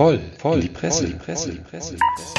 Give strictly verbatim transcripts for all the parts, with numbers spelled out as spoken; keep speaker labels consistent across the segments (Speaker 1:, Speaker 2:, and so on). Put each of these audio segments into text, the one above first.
Speaker 1: voll, voll, in die Presse, voll, Presse, Presse, Presse.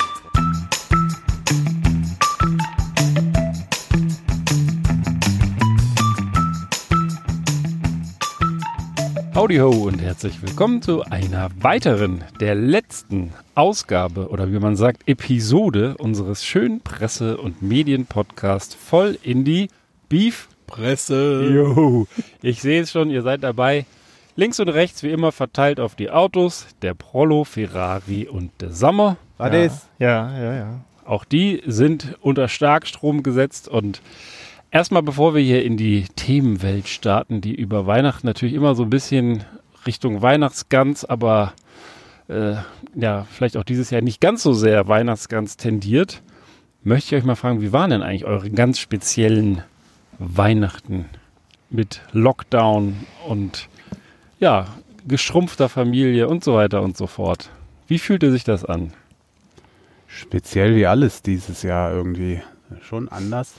Speaker 2: Howdy ho und herzlich willkommen zu einer weiteren, der letzten Ausgabe oder wie man sagt, Episode unseres schönen Presse- und Medienpodcasts voll in die Beef-Presse. Jo, ich sehe es schon, ihr seid dabei. Links und rechts wie immer verteilt auf die Autos, der Prollo, Ferrari und der Sommer.
Speaker 3: Was
Speaker 2: ja.
Speaker 3: ist? Ja, ja, ja.
Speaker 2: Auch die sind unter Starkstrom gesetzt und erstmal, bevor wir hier in die Themenwelt starten, die über Weihnachten natürlich immer so ein bisschen Richtung Weihnachtsgans, aber äh, ja, vielleicht auch dieses Jahr nicht ganz so sehr Weihnachtsgans tendiert, möchte ich euch mal fragen, wie waren denn eigentlich eure ganz speziellen Weihnachten mit Lockdown und ja, geschrumpfter Familie und so weiter und so fort? Wie fühlte sich das an?
Speaker 3: Speziell wie alles dieses Jahr irgendwie. Schon anders.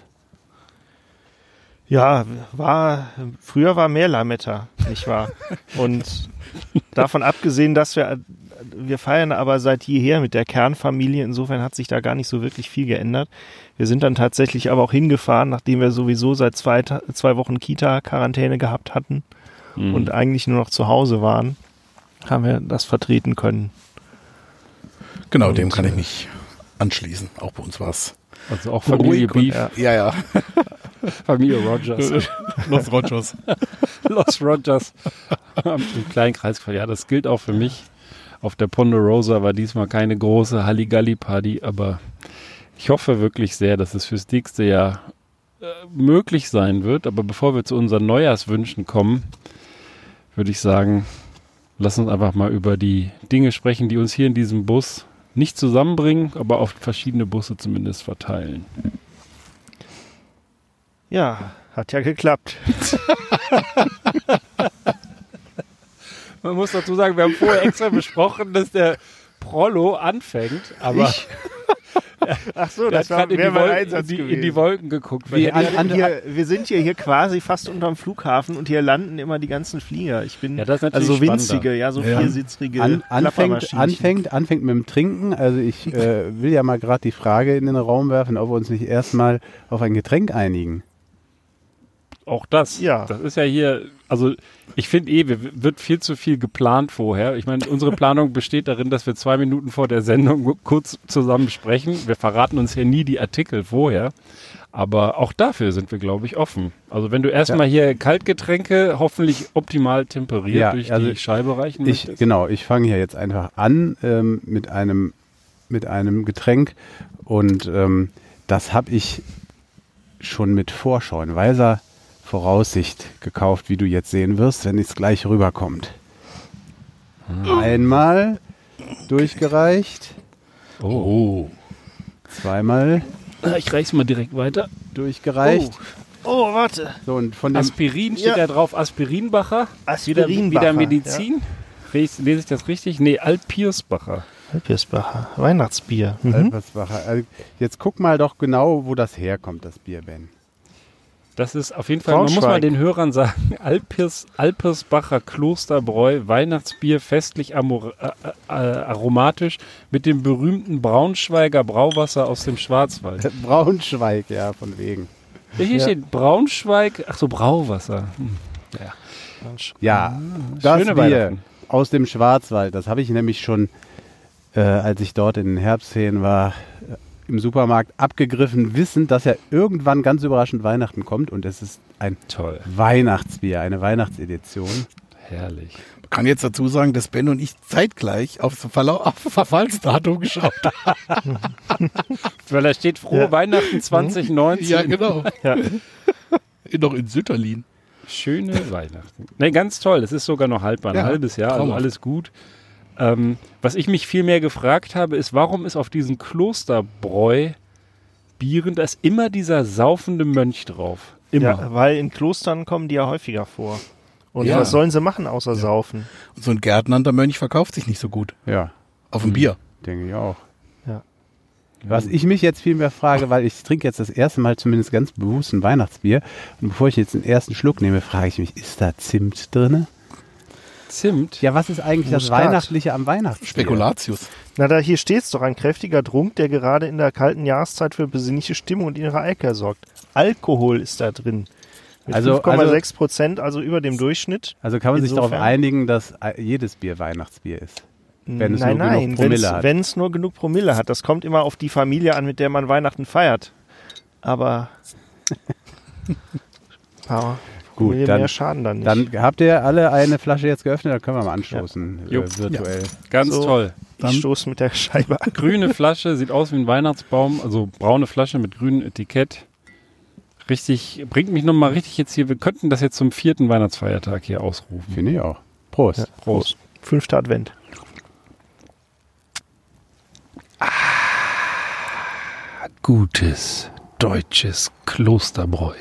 Speaker 4: Ja, war, früher war mehr Lametta, nicht wahr? Und davon abgesehen, dass wir, wir feiern aber seit jeher mit der Kernfamilie, insofern hat sich da gar nicht so wirklich viel geändert. Wir sind dann tatsächlich aber auch hingefahren, nachdem wir sowieso seit zwei, zwei Wochen Kita-Quarantäne gehabt hatten mhm. und eigentlich nur noch zu Hause waren, haben wir das vertreten können.
Speaker 5: Genau,
Speaker 4: und,
Speaker 5: dem kann ich mich anschließen. Auch bei uns war es.
Speaker 2: Also auch Familie Beef.
Speaker 5: Ja, ja. ja.
Speaker 2: Familie Rogers.
Speaker 5: Los Rogers.
Speaker 2: Los Rogers. Im kleinen Kreis. Ja, das gilt auch für mich. Auf der Ponderosa war diesmal keine große Halligalli-Party, aber ich hoffe wirklich sehr, dass es fürs nächste Jahr äh, möglich sein wird. Aber bevor wir zu unseren Neujahrswünschen kommen, würde ich sagen, lass uns einfach mal über die Dinge sprechen, die uns hier in diesem Bus nicht zusammenbringen, aber auf verschiedene Busse zumindest verteilen.
Speaker 4: Ja, hat ja geklappt.
Speaker 2: Man muss dazu sagen, wir haben vorher extra besprochen, dass der Prollo anfängt, aber
Speaker 4: ich? Ach so, das war
Speaker 2: in, die Wolken, in, die, in die Wolken geguckt.
Speaker 4: Wir, an, an, hier, wir sind hier, hier quasi fast unterm Flughafen und hier landen immer die ganzen Flieger. Ich bin
Speaker 2: ja, das ist
Speaker 4: also so winzige,
Speaker 2: spannender.
Speaker 4: ja, so
Speaker 3: ja.
Speaker 4: viersitzige
Speaker 3: an, anfängt, anfängt, anfängt mit dem Trinken. Also ich äh, will ja mal gerade die Frage in den Raum werfen, ob wir uns nicht erstmal auf ein Getränk einigen.
Speaker 2: Auch das,
Speaker 4: ja.
Speaker 2: Das ist ja hier, also ich finde eh, wir, wird viel zu viel geplant vorher. Ich meine, unsere Planung besteht darin, dass wir zwei Minuten vor der Sendung kurz zusammen sprechen. Wir verraten uns ja nie die Artikel vorher, aber auch dafür sind wir, glaube ich, offen. Also wenn du erstmal ja. hier Kaltgetränke hoffentlich optimal temperiert
Speaker 3: ja,
Speaker 2: durch
Speaker 3: also
Speaker 2: die Scheibe reichen
Speaker 3: ich,
Speaker 2: möchtest.
Speaker 3: Genau, ich fange hier jetzt einfach an ähm, mit einem, mit einem Getränk und ähm, das habe ich schon mit Vorschau in weiser Voraussicht gekauft, wie du jetzt sehen wirst, wenn es gleich rüberkommt. Hm. Einmal durchgereicht.
Speaker 2: Oh.
Speaker 3: Zweimal.
Speaker 2: Ich reich's mal direkt weiter.
Speaker 3: Durchgereicht.
Speaker 4: Oh, oh warte.
Speaker 3: So, und von dem
Speaker 2: Aspirin steht
Speaker 4: ja.
Speaker 2: da drauf. Aspirinbacher.
Speaker 4: Aspirinbacher.
Speaker 2: Wieder, wieder Medizin. Ja. Lese, lese ich das richtig? Nee, Alpirsbacher.
Speaker 4: Alpirsbacher. Weihnachtsbier. Mhm.
Speaker 3: Alpirsbacher. Also jetzt guck mal doch genau, wo das herkommt, das Bier, Ben.
Speaker 2: Das ist auf jeden Fall, man muss mal den Hörern sagen, Alpirs, Alpirsbacher Klosterbräu, Weihnachtsbier, festlich amor, äh, äh, aromatisch mit dem berühmten Braunschweiger Brauwasser aus dem Schwarzwald.
Speaker 3: Braunschweig, ja, von wegen.
Speaker 2: Ja, hier ja. steht Braunschweig, ach so, Brauwasser. Hm. Ja,
Speaker 3: ja das Bier aus dem Schwarzwald, das habe ich nämlich schon, äh, als ich dort in den Herbstferien war, äh, im Supermarkt abgegriffen, wissend, dass ja irgendwann ganz überraschend Weihnachten kommt und es ist ein
Speaker 2: Toll.
Speaker 3: Weihnachtsbier, eine Weihnachtsedition.
Speaker 2: Herrlich.
Speaker 5: Ich kann jetzt dazu sagen, dass Ben und ich zeitgleich aufs Verlau- auf Verfallsdatum geschaut haben.
Speaker 2: Weil da steht frohe ja. Weihnachten zwanzig neunzehn.
Speaker 5: Ja, genau.
Speaker 2: Ja.
Speaker 5: Noch in Sütterlin.
Speaker 2: Schöne Weihnachten. Ne, ganz toll. Es ist sogar noch haltbar, ein ja, halbes Jahr, also alles gut. Ähm, was ich mich viel mehr gefragt habe, ist, warum ist auf diesen Klosterbräu Bieren, da ist immer dieser saufende Mönch drauf. Immer.
Speaker 4: Ja, weil in Klostern kommen die ja häufiger vor. Und
Speaker 5: ja.
Speaker 4: was sollen sie machen, außer ja. saufen?
Speaker 5: Und so ein Gärtnernder Mönch verkauft sich nicht so gut.
Speaker 3: Ja.
Speaker 5: Auf dem Bier.
Speaker 3: Denke ich auch.
Speaker 4: Ja.
Speaker 3: Was ich mich jetzt viel mehr frage, weil ich trinke jetzt das erste Mal zumindest ganz bewusst ein Weihnachtsbier und bevor ich jetzt den ersten Schluck nehme, frage ich mich, ist da Zimt drin?
Speaker 2: Zimt.
Speaker 3: Ja, was ist eigentlich das
Speaker 4: Muskat.
Speaker 3: Weihnachtliche am Weihnachtsbier?
Speaker 5: Spekulatius.
Speaker 4: Na, da hier steht's doch, ein kräftiger Trunk, der gerade in der kalten Jahreszeit für besinnliche Stimmung und innere Eike sorgt. Alkohol ist da drin. Mit
Speaker 3: Also-
Speaker 4: fünf Komma sechs Prozent, also über dem Durchschnitt.
Speaker 3: Also kann man sich
Speaker 4: Insofern-
Speaker 3: darauf einigen, dass jedes Bier Weihnachtsbier ist. Wenn es
Speaker 4: nein,
Speaker 3: nur
Speaker 4: nein,
Speaker 3: genug Promille hat.
Speaker 4: wenn es nur genug Promille hat. Das kommt immer auf die Familie an, mit der man Weihnachten feiert. Aber Power.
Speaker 3: Gut,
Speaker 4: Promille
Speaker 3: dann-
Speaker 4: mehr schaden dann nicht.
Speaker 3: Dann habt ihr alle eine Flasche jetzt geöffnet, dann können wir mal anstoßen,
Speaker 2: Jo.
Speaker 3: äh, virtuell.
Speaker 2: Ganz
Speaker 4: So.
Speaker 2: toll.
Speaker 4: ich stoße mit der Scheibe an.
Speaker 2: Grüne Flasche, sieht aus wie ein Weihnachtsbaum, also braune Flasche mit grünem Etikett. Richtig, bringt mich nochmal richtig jetzt hier, wir könnten das jetzt zum vierten Weihnachtsfeiertag hier ausrufen.
Speaker 3: Finde ich auch. Prost.
Speaker 4: Ja.
Speaker 2: Prost.
Speaker 4: Fünfter Advent.
Speaker 2: Gutes deutsches Klosterbräu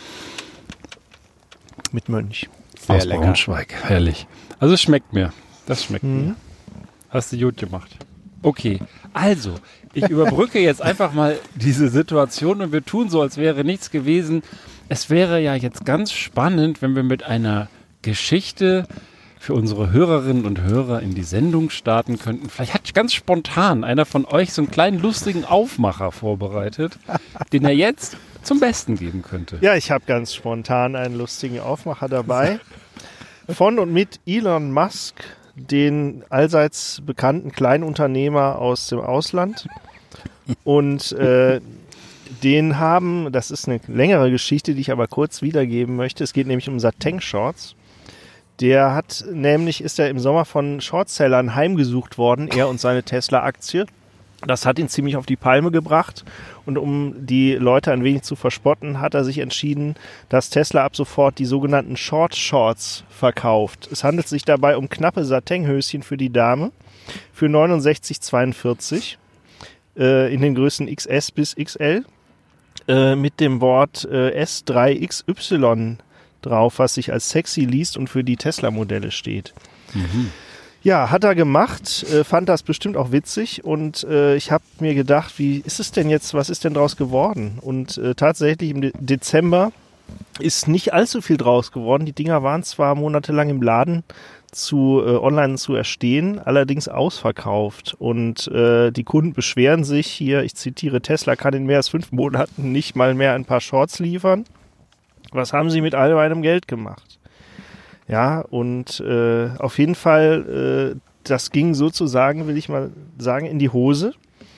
Speaker 4: Mit Mönch.
Speaker 3: Sehr
Speaker 2: aus
Speaker 3: lecker.
Speaker 2: Braunschweig. Herrlich. Also es schmeckt mir. Das schmeckt
Speaker 4: Mhm.
Speaker 2: mir. Hast du gut gemacht. Okay, also, ich überbrücke jetzt einfach mal diese Situation und wir tun so, als wäre nichts gewesen. Es wäre ja jetzt ganz spannend, wenn wir mit einer Geschichte für unsere Hörerinnen und Hörer in die Sendung starten könnten. Vielleicht hat ganz spontan einer von euch so einen kleinen lustigen Aufmacher vorbereitet, den er jetzt zum Besten geben könnte.
Speaker 4: Ja, ich habe ganz spontan einen lustigen Aufmacher dabei. Von und mit Elon Musk, den allseits bekannten Kleinunternehmer aus dem Ausland. Und äh, den haben, das ist eine längere Geschichte, die ich aber kurz wiedergeben möchte. Es geht nämlich um Sateng Shorts. Der hat nämlich, ist er im Sommer von Shortsellern heimgesucht worden, er und seine Tesla-Aktie. Das hat ihn ziemlich auf die Palme gebracht. Und um die Leute ein wenig zu verspotten, hat er sich entschieden, dass Tesla ab sofort die sogenannten Short Shorts verkauft. Es handelt sich dabei um knappe Satinhöschen für die Dame für neunundsechzig zweiundvierzig äh, in den Größen X S bis X L äh, mit dem Wort äh, S drei X Y drauf, was sich als sexy liest und für die Tesla-Modelle steht.
Speaker 2: Mhm.
Speaker 4: Ja, hat er gemacht, äh, fand das bestimmt auch witzig und äh, ich habe mir gedacht, wie ist es denn jetzt, was ist denn draus geworden? Und äh, tatsächlich im De- Dezember ist nicht allzu viel draus geworden. Die Dinger waren zwar monatelang im Laden zu äh, online zu erstehen, allerdings ausverkauft und äh, die Kunden beschweren sich hier, ich zitiere, Tesla kann in mehr als fünf Monaten nicht mal mehr ein paar Shorts liefern. Was haben sie mit all meinem Geld gemacht? Ja, und äh, auf jeden Fall, äh, das ging sozusagen, will ich mal sagen, in die Hose.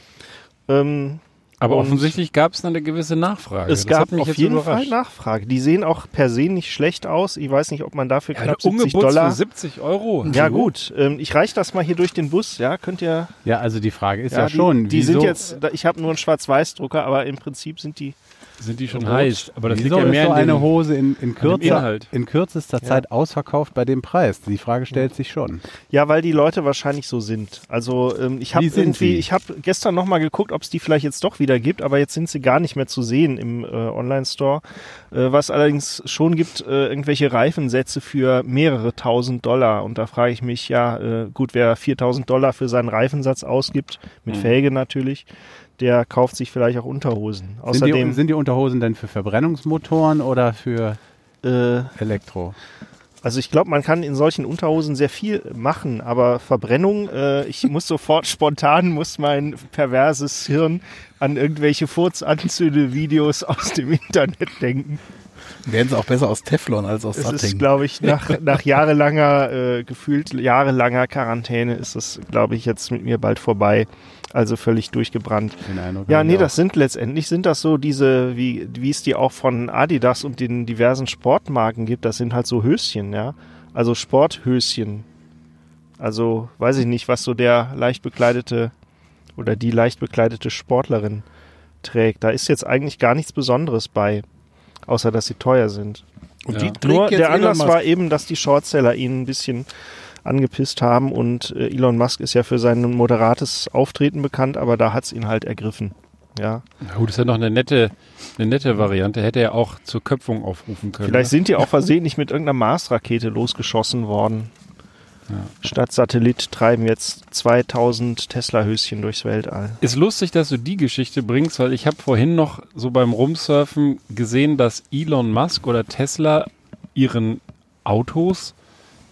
Speaker 4: Ähm,
Speaker 2: Aber
Speaker 4: und
Speaker 2: offensichtlich gab es eine gewisse Nachfrage.
Speaker 4: es
Speaker 2: Das
Speaker 4: gab
Speaker 2: hat mich
Speaker 4: auf
Speaker 2: jetzt
Speaker 4: jeden
Speaker 2: überrascht.
Speaker 4: Fall Nachfrage. Die sehen auch per se nicht schlecht aus. Ich weiß nicht, ob man dafür
Speaker 2: Ja,
Speaker 4: knapp
Speaker 2: eine
Speaker 4: siebzig
Speaker 2: Ungebutzt
Speaker 4: Dollar...
Speaker 2: für siebzig Euro.
Speaker 4: Ja gut, ähm, ich reiche das mal hier durch den Bus, ja, könnt ihr...
Speaker 3: Ja, also die Frage ist ja,
Speaker 4: die,
Speaker 3: schon,
Speaker 4: Die
Speaker 3: wieso,
Speaker 4: sind jetzt, da- ich habe nur einen Schwarz-Weiß-Drucker, aber im Prinzip sind die...
Speaker 2: Sind die schon
Speaker 4: Rot.
Speaker 2: heiß. Aber das liegt
Speaker 3: wieso
Speaker 2: ja
Speaker 3: ist
Speaker 2: mehr
Speaker 3: so
Speaker 2: in
Speaker 3: eine
Speaker 2: den,
Speaker 3: Hose in, in, Kürze,
Speaker 2: Inhalt.
Speaker 3: in kürzester Zeit ausverkauft bei dem Preis? Die Frage stellt sich schon.
Speaker 4: Ja, weil die Leute wahrscheinlich so sind. Also ähm, ich habe
Speaker 3: Wie sind
Speaker 4: irgendwie,
Speaker 3: sie?
Speaker 4: ich habe gestern nochmal geguckt, ob es die vielleicht jetzt doch wieder gibt, aber jetzt sind sie gar nicht mehr zu sehen im äh, Online-Store. Äh, was allerdings schon gibt, äh, irgendwelche Reifensätze für mehrere tausend Dollar. Und da frage ich mich, ja, äh, gut, wer viertausend Dollar für seinen Reifensatz ausgibt, mit
Speaker 3: Mhm.
Speaker 4: Felge natürlich, der kauft sich vielleicht auch Unterhosen.
Speaker 3: Sind
Speaker 4: Außerdem
Speaker 3: die, sind die Unterhosen denn für Verbrennungsmotoren oder für
Speaker 4: äh,
Speaker 3: Elektro?
Speaker 4: Also ich glaube, man kann in solchen Unterhosen sehr viel machen, aber Verbrennung, äh, ich muss sofort spontan, muss mein perverses Hirn an irgendwelche Furzanzünde-Videos aus dem Internet denken.
Speaker 5: Werden sie auch besser aus Teflon als aus
Speaker 4: Es ist,
Speaker 5: Satting.
Speaker 4: glaube ich, nach, nach jahrelanger, äh, gefühlt jahrelanger Quarantäne ist es, glaube ich, jetzt mit mir bald vorbei. Also völlig durchgebrannt.
Speaker 3: Den Eindruck
Speaker 4: Ja,
Speaker 3: habe ich
Speaker 4: nee,
Speaker 3: auch.
Speaker 4: das sind letztendlich sind das so diese, wie, wie es die auch von Adidas und den diversen Sportmarken gibt, das sind halt so Höschen, ja. Also Sporthöschen. Also weiß ich nicht, was so der leicht bekleidete oder die leicht bekleidete Sportlerin trägt. Da ist jetzt eigentlich gar nichts Besonderes bei, außer dass sie teuer sind.
Speaker 5: Und
Speaker 2: Ja.
Speaker 5: die trägt
Speaker 4: Nur
Speaker 5: jetzt
Speaker 4: der
Speaker 5: Elon
Speaker 4: Anlass
Speaker 5: Musk.
Speaker 4: war eben, dass die Shortseller ihn ein bisschen angepisst haben und äh, Elon Musk ist ja für sein moderates Auftreten bekannt, aber da hat's ihn halt ergriffen. Ja.
Speaker 2: Na gut, das ist ja noch eine nette, eine nette Variante. Hätte er auch zur Köpfung aufrufen können.
Speaker 4: Vielleicht sind die auch versehentlich mit irgendeiner Mars-Rakete losgeschossen worden.
Speaker 2: Ja.
Speaker 4: Statt Satellit treiben jetzt zweitausend Tesla-Höschen durchs Weltall.
Speaker 2: Ist lustig, dass du die Geschichte bringst, weil ich habe vorhin noch so beim Rumsurfen gesehen, dass Elon Musk oder Tesla ihren Autos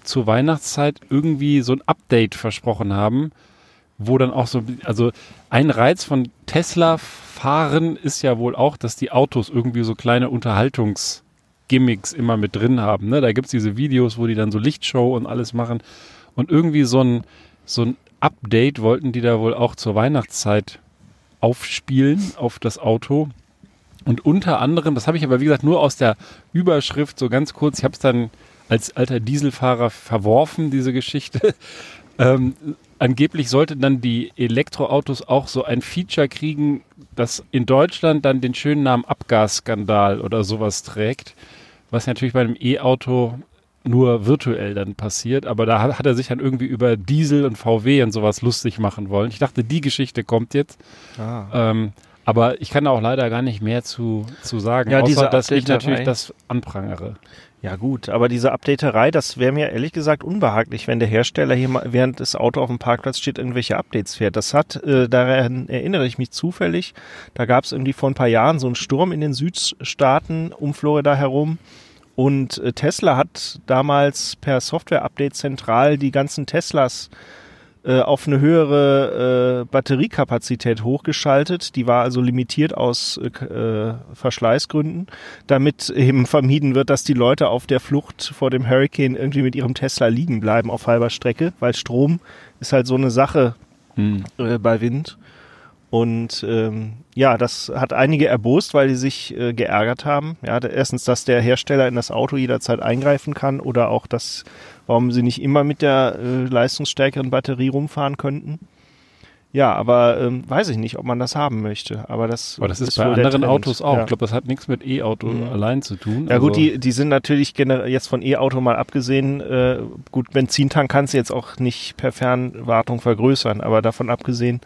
Speaker 2: zur Weihnachtszeit irgendwie so ein Update versprochen haben, wo dann auch so, also ein Reiz von Tesla-Fahren ist ja wohl auch, dass die Autos irgendwie so kleine Unterhaltungsgimmicks immer mit drin haben. Ne? Da gibt es diese Videos, wo die dann so Lichtshow und alles machen. Und irgendwie so ein, so ein Update wollten die da wohl auch zur Weihnachtszeit aufspielen auf das Auto. Und unter anderem, das habe ich aber wie gesagt nur aus der Überschrift so ganz kurz, ich habe es dann als alter Dieselfahrer verworfen, diese Geschichte. ähm, angeblich sollten dann die Elektroautos auch so ein Feature kriegen, das in Deutschland dann den schönen Namen Abgasskandal oder sowas trägt, was natürlich bei einem E-Auto nur virtuell dann passiert, aber da hat, hat er sich dann irgendwie über Diesel und V W und sowas lustig machen wollen. Ich dachte, die Geschichte kommt jetzt. Ah. Ähm, aber ich kann da auch leider gar nicht mehr zu, zu sagen,
Speaker 4: ja,
Speaker 2: außer dass ich natürlich das anprangere.
Speaker 4: Ja gut, aber diese Updaterei, das wäre mir ehrlich gesagt unbehaglich, wenn der Hersteller hier mal, während das Auto auf dem Parkplatz steht, irgendwelche Updates fährt. Das hat, äh, daran erinnere ich mich zufällig, da gab es irgendwie vor ein paar Jahren so einen Sturm in den Südstaaten um Florida herum. Und äh, Tesla hat damals per Software-Update zentral die ganzen Teslas äh, auf eine höhere äh, Batteriekapazität hochgeschaltet. Die war also limitiert aus äh, Verschleißgründen, damit eben vermieden wird, dass die Leute auf der Flucht vor dem Hurricane irgendwie mit ihrem Tesla liegen bleiben auf halber Strecke, weil Strom ist halt so eine Sache hm. äh, bei Wind. Und ähm, ja, das hat einige erbost, weil die sich äh, geärgert haben. Ja, da, erstens, dass der Hersteller in das Auto jederzeit eingreifen kann oder auch, dass, warum sie nicht immer mit der äh, leistungsstärkeren Batterie rumfahren könnten. Ja, aber ähm, weiß ich nicht, ob man das haben möchte. Aber das,
Speaker 2: aber das ist,
Speaker 4: ist
Speaker 2: bei
Speaker 4: wohl
Speaker 2: anderen
Speaker 4: der Trend.
Speaker 2: Autos auch.
Speaker 4: Ja.
Speaker 2: Ich glaube, das hat nichts mit E-Auto mhm. allein zu tun.
Speaker 4: Ja
Speaker 2: also
Speaker 4: gut, die, die sind natürlich gener- jetzt von E-Auto mal abgesehen, äh, gut, Benzintank kannst du jetzt auch nicht per Fernwartung vergrößern, aber davon abgesehen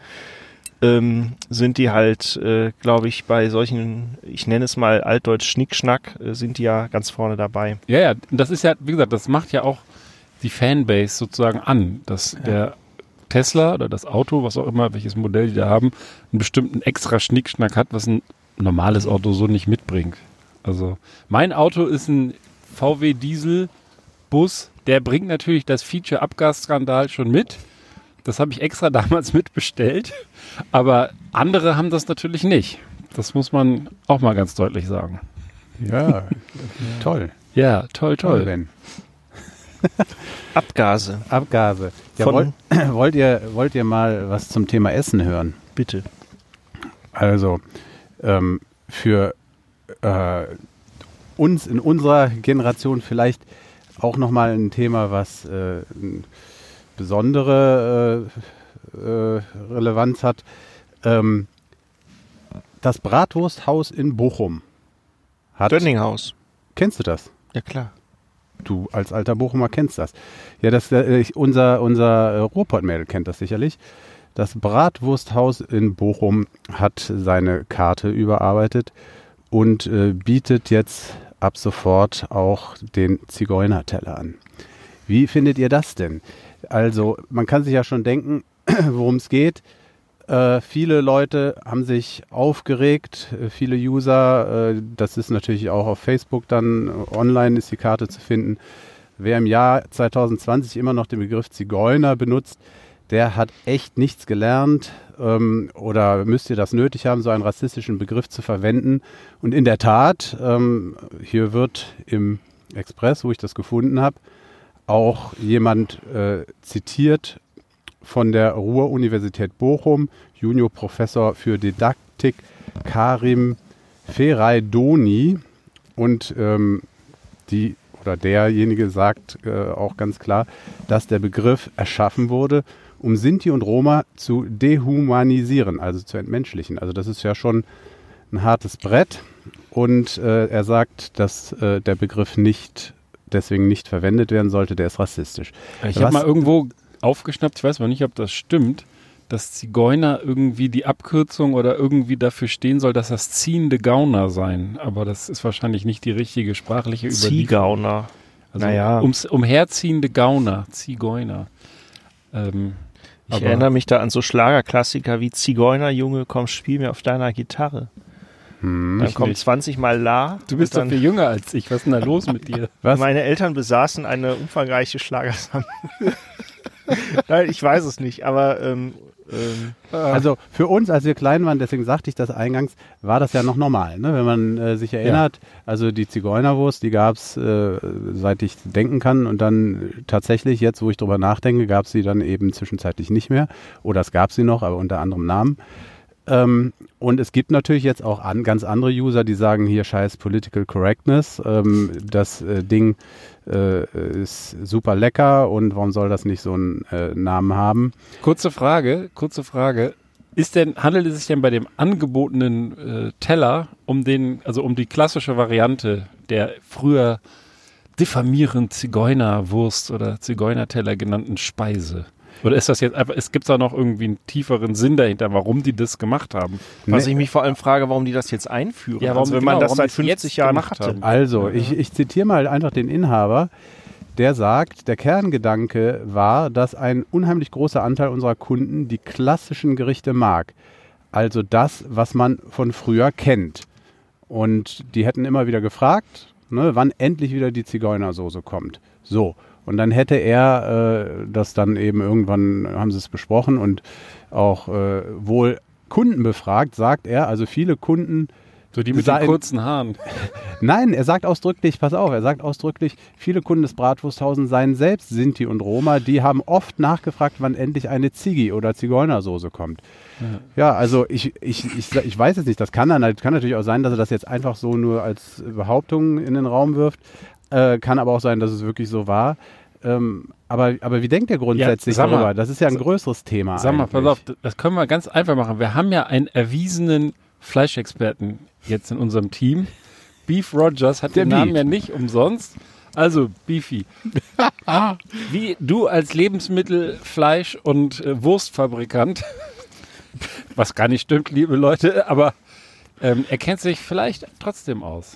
Speaker 4: Ähm, sind die halt, äh, glaube ich, bei solchen, ich nenne es mal altdeutsch Schnickschnack, äh, sind die ja ganz vorne dabei.
Speaker 2: Ja, ja, das ist ja, wie gesagt, das macht ja auch die Fanbase sozusagen an, dass ja. der Tesla oder das Auto, was auch immer, welches Modell die da haben, einen bestimmten extra Schnickschnack hat, was ein normales Auto so nicht mitbringt. Also mein Auto ist ein V W Dieselbus, der bringt natürlich das Feature Abgasskandal schon mit. Das habe ich extra damals mitbestellt, aber andere haben das natürlich nicht. Das muss man auch mal ganz deutlich sagen.
Speaker 3: Ja, toll.
Speaker 2: Ja, toll, toll. toll
Speaker 3: Ben.
Speaker 4: Abgase.
Speaker 3: Abgase. Ja, wollt, wollt, ihr, wollt ihr mal was zum Thema Essen hören?
Speaker 4: Bitte.
Speaker 3: Also, ähm, für äh, uns in unserer Generation vielleicht auch nochmal ein Thema, was äh, ein besondere äh, äh, Relevanz hat. Ähm, das Bratwursthaus in Bochum hat...
Speaker 4: Dönninghaus.
Speaker 3: Kennst du das?
Speaker 4: Ja, klar.
Speaker 3: Du als alter Bochumer kennst das. Ja, das äh, unser, unser äh, Ruhrpott-Mädel kennt das sicherlich. Das Bratwursthaus in Bochum hat seine Karte überarbeitet und äh, bietet jetzt ab sofort auch den Zigeunerteller an. Wie findet ihr das denn? Also man kann sich ja schon denken, worum es geht. Äh, viele Leute haben sich aufgeregt, äh, viele User, äh, das ist natürlich auch auf Facebook dann, äh, online ist die Karte zu finden. Wer im Jahr zwanzig zwanzig immer noch den Begriff Zigeuner benutzt, der hat echt nichts gelernt ähm, oder müsste das nötig haben, so einen rassistischen Begriff zu verwenden. Und in der Tat, ähm, hier wird im Express, wo ich das gefunden habe, auch jemand äh, zitiert von der Ruhr-Universität Bochum, Juniorprofessor für Didaktik Karim Feraydoni. Und ähm, die oder derjenige sagt äh, auch ganz klar, dass der Begriff erschaffen wurde, um Sinti und Roma zu dehumanisieren, also zu entmenschlichen. Also das ist ja schon ein hartes Brett. Und äh, er sagt, dass äh, der Begriff nicht deswegen nicht verwendet werden sollte, der ist rassistisch.
Speaker 2: Ich habe mal irgendwo aufgeschnappt, ich weiß mal nicht, ob das stimmt, dass Zigeuner irgendwie die Abkürzung oder irgendwie dafür stehen soll, dass das ziehende Gauner seien. Aber das ist wahrscheinlich nicht die richtige sprachliche Überlieferung.
Speaker 4: Ziehgauner.
Speaker 2: Also
Speaker 4: naja.
Speaker 2: ums, umherziehende Gauner, Zigeuner. Ähm,
Speaker 4: ich
Speaker 2: aber
Speaker 4: erinnere mich da an so Schlagerklassiker wie Zigeunerjunge, komm, spiel mir auf deiner Gitarre.
Speaker 3: Hm.
Speaker 4: Dann
Speaker 2: Ich
Speaker 4: kommt
Speaker 2: nicht.
Speaker 4: zwanzig mal La.
Speaker 2: Du bist
Speaker 4: und
Speaker 2: doch
Speaker 4: dann,
Speaker 2: viel jünger als ich. Was ist denn da los mit dir?
Speaker 3: Was?
Speaker 4: Meine Eltern besaßen eine umfangreiche Schlagersammlung. Nein, ich weiß es nicht, aber ähm, ähm,
Speaker 3: Also für uns, als wir klein waren, deswegen sagte ich das eingangs, war das ja noch normal. Ne? Wenn man äh, sich erinnert, also die Zigeunerwurst, die gab es, äh, seit ich denken kann. Und dann tatsächlich, jetzt wo ich drüber nachdenke, gab es sie dann eben zwischenzeitlich nicht mehr. Oder es gab sie noch, aber unter anderem Namen. Ähm, und es gibt natürlich jetzt auch an, ganz andere User, die sagen, hier scheiß Political Correctness, ähm, das äh, Ding äh, ist super lecker und warum soll das nicht so einen äh, Namen haben?
Speaker 2: Kurze Frage, kurze Frage. Ist denn, handelt es sich denn bei dem angebotenen äh, Teller um den, also um die klassische Variante der früher diffamierend Zigeunerwurst oder Zigeunerteller genannten Speise? Oder ist das jetzt einfach, es gibt da noch irgendwie einen tieferen Sinn dahinter, warum die das gemacht haben?
Speaker 4: was
Speaker 3: Nee.
Speaker 4: ich mich vor allem frage, warum die das jetzt einführen.
Speaker 2: Ja, warum-
Speaker 4: also wenn man
Speaker 2: genau,
Speaker 4: das
Speaker 2: warum
Speaker 4: seit
Speaker 2: die es
Speaker 4: fünfzig
Speaker 2: jetzt
Speaker 4: Jahren
Speaker 2: gemacht
Speaker 4: hatte.
Speaker 2: haben.
Speaker 3: Also, ich, ich zitiere mal einfach den Inhaber, der sagt, der Kerngedanke war, dass ein unheimlich großer Anteil unserer Kunden die klassischen Gerichte mag. Also das, was man von früher kennt. Und die hätten immer wieder gefragt, ne, wann endlich wieder die Zigeunersoße kommt. So. Und dann hätte er äh, das dann eben irgendwann, haben sie es besprochen und auch äh, wohl Kunden befragt, sagt er, also viele Kunden.
Speaker 2: So die mit
Speaker 3: Sein-
Speaker 2: den kurzen Haaren.
Speaker 3: Nein, er sagt ausdrücklich, pass auf, er sagt ausdrücklich, viele Kunden des Bratwursthausen seien selbst Sinti und Roma, die haben oft nachgefragt, wann endlich eine Ziggi oder Zigeunersoße kommt. Ja, ja also ich, ich, ich, ich weiß es nicht, das kann, dann, kann natürlich auch sein, dass er das jetzt einfach so nur als Behauptung in den Raum wirft, äh, kann aber auch sein, dass es wirklich so war. Ähm, aber, aber wie denkt er grundsätzlich
Speaker 2: Ja, sag mal,
Speaker 3: darüber? Das ist ja ein größeres Thema
Speaker 2: Sag mal,
Speaker 3: eigentlich.
Speaker 2: pass auf, das können wir ganz einfach machen. Wir haben ja einen erwiesenen Fleischexperten jetzt in unserem Team. Beef Rogers hat
Speaker 3: Der
Speaker 2: den Namen
Speaker 3: Beef.
Speaker 2: ja nicht umsonst. Also, Beefy. Wie du als Lebensmittel-, Fleisch- und äh, Wurstfabrikant, was gar nicht stimmt, liebe Leute, aber ähm, er kennt sich vielleicht trotzdem aus.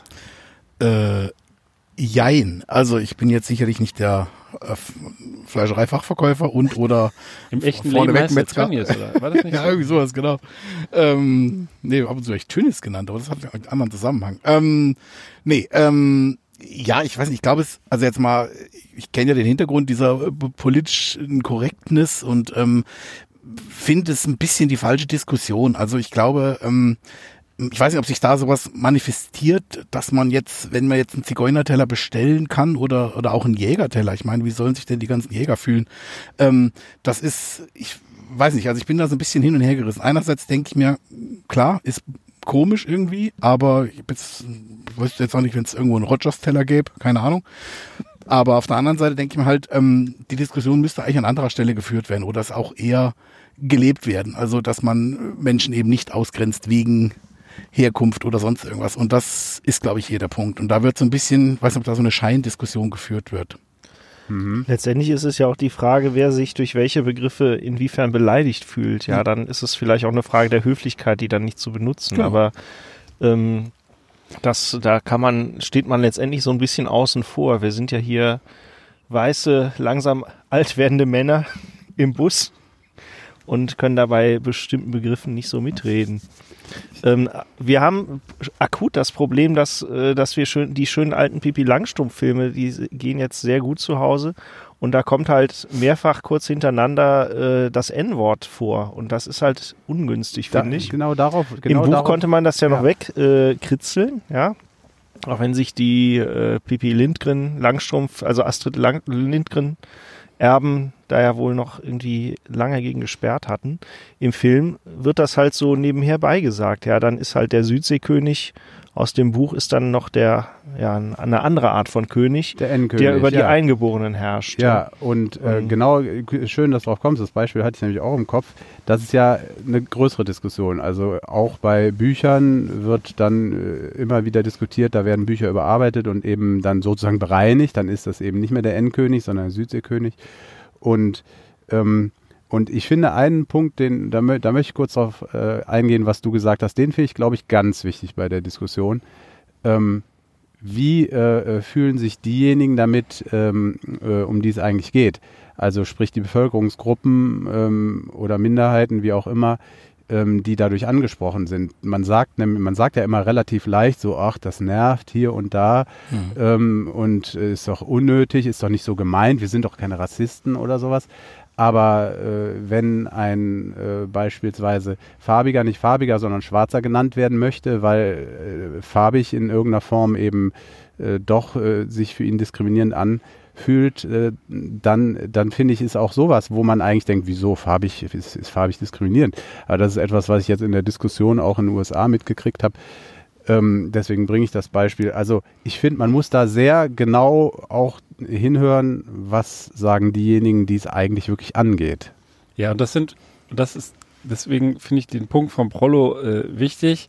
Speaker 5: Äh, jein. Also ich bin jetzt sicherlich nicht der äh, F- Fleischereifachverkäufer und oder
Speaker 2: Im echten
Speaker 5: vorneweg
Speaker 2: Leben heißt er
Speaker 5: Metzger.
Speaker 2: Tönnies, oder? War das nicht
Speaker 5: ja,
Speaker 2: so?
Speaker 5: irgendwie sowas, genau. Ähm, nee, ab und zu echt Tönnies genannt, aber das hat ja einen anderen Zusammenhang. Ähm, nee, ähm, ja, ich weiß nicht, ich glaube es, also jetzt mal, ich kenne ja den Hintergrund dieser äh, politischen Correctness und ähm, finde es ein bisschen die falsche Diskussion. Also ich glaube, ähm, ich weiß nicht, ob sich da sowas manifestiert, dass man jetzt, wenn man jetzt einen Zigeunerteller bestellen kann oder oder auch einen Jägerteller, ich meine, wie sollen sich denn die ganzen Jäger fühlen? Ähm, das ist, ich weiß nicht, also ich bin da so ein bisschen hin und her gerissen. Einerseits denke ich mir, klar, ist komisch irgendwie, aber ich, jetzt, ich weiß jetzt auch nicht, wenn es irgendwo einen Rogers-Teller gäbe, keine Ahnung. Aber auf der anderen Seite denke ich mir halt, ähm, die Diskussion müsste eigentlich an anderer Stelle geführt werden oder es auch eher gelebt werden. Also, dass man Menschen eben nicht ausgrenzt wegen Herkunft oder sonst irgendwas. Und das ist, glaube ich, hier der Punkt. Und da wird so ein bisschen, weiß nicht, ob da so eine Scheindiskussion geführt wird.
Speaker 4: Letztendlich ist es ja auch die Frage, wer sich durch welche Begriffe inwiefern beleidigt fühlt. Ja, dann ist es vielleicht auch eine Frage der Höflichkeit, die dann nicht zu benutzen.
Speaker 5: Genau.
Speaker 4: Aber ähm, das, da kann man, steht man letztendlich so ein bisschen außen vor. Wir sind ja hier weiße, langsam alt werdende Männer im Bus und können dabei bestimmten Begriffen nicht so mitreden. Ähm, wir haben akut das Problem, dass, äh, dass wir schön, die schönen alten Pipi-Langstrumpf-Filme, die gehen jetzt sehr gut zu Hause und da kommt halt mehrfach kurz hintereinander äh, das N-Wort vor und das ist halt ungünstig,
Speaker 3: Da,
Speaker 4: finde ich.
Speaker 3: genau darauf. Genau
Speaker 4: Im Buch
Speaker 3: darauf,
Speaker 4: konnte man das ja, noch
Speaker 3: ja.
Speaker 4: wegkritzeln, äh, kritzeln, ja. Auch wenn sich die äh, Pippi Lindgren, Langstrumpf, also Astrid Lang Lindgren Erben da ja wohl noch irgendwie lange gegen gesperrt hatten. Im Film wird das halt so nebenher beigesagt. Ja, dann ist halt der Südseekönig aus dem Buch ist dann noch der, ja, eine andere Art von König,
Speaker 3: Der Endkönig,
Speaker 4: der über die
Speaker 3: ja.
Speaker 4: Eingeborenen herrscht.
Speaker 3: Ja, und äh,
Speaker 4: Ähm.
Speaker 3: genau, äh, schön, dass du drauf kommst. Das Beispiel hatte ich nämlich auch im Kopf. Das ist ja eine größere Diskussion. Also auch bei Büchern wird dann äh, immer wieder diskutiert, da werden Bücher überarbeitet und eben dann sozusagen bereinigt. Dann ist das eben nicht mehr der Endkönig, sondern der Südseekönig. Und ähm, Und ich finde einen Punkt, den, da, da möchte ich kurz darauf äh, eingehen, was du gesagt hast, den finde ich, glaube ich, ganz wichtig bei der Diskussion. Ähm, wie äh, fühlen sich diejenigen damit, ähm, äh, um die es eigentlich geht? Also sprich die Bevölkerungsgruppen ähm, oder Minderheiten, wie auch immer, ähm, die dadurch angesprochen sind. Man sagt, man sagt ja immer relativ leicht so, ach, das nervt hier und da mhm. ähm, und äh, ist doch unnötig, ist doch nicht so gemeint, wir sind doch keine Rassisten oder sowas. Aber äh, wenn ein äh, beispielsweise farbiger, nicht farbiger, sondern schwarzer genannt werden möchte, weil äh, farbig in irgendeiner Form eben äh, doch äh, sich für ihn diskriminierend anfühlt, äh, dann, dann finde ich, ist auch sowas, wo man eigentlich denkt, wieso farbig, ist, ist farbig diskriminierend. Aber das ist etwas, was ich jetzt in der Diskussion auch in den U S A mitgekriegt habe. Ähm, deswegen bringe ich das Beispiel. Also ich finde, man muss da sehr genau auch hinhören, was sagen diejenigen, die es eigentlich wirklich angeht.
Speaker 2: Ja, und das sind, das ist, deswegen finde ich den Punkt vom Prollo äh, wichtig.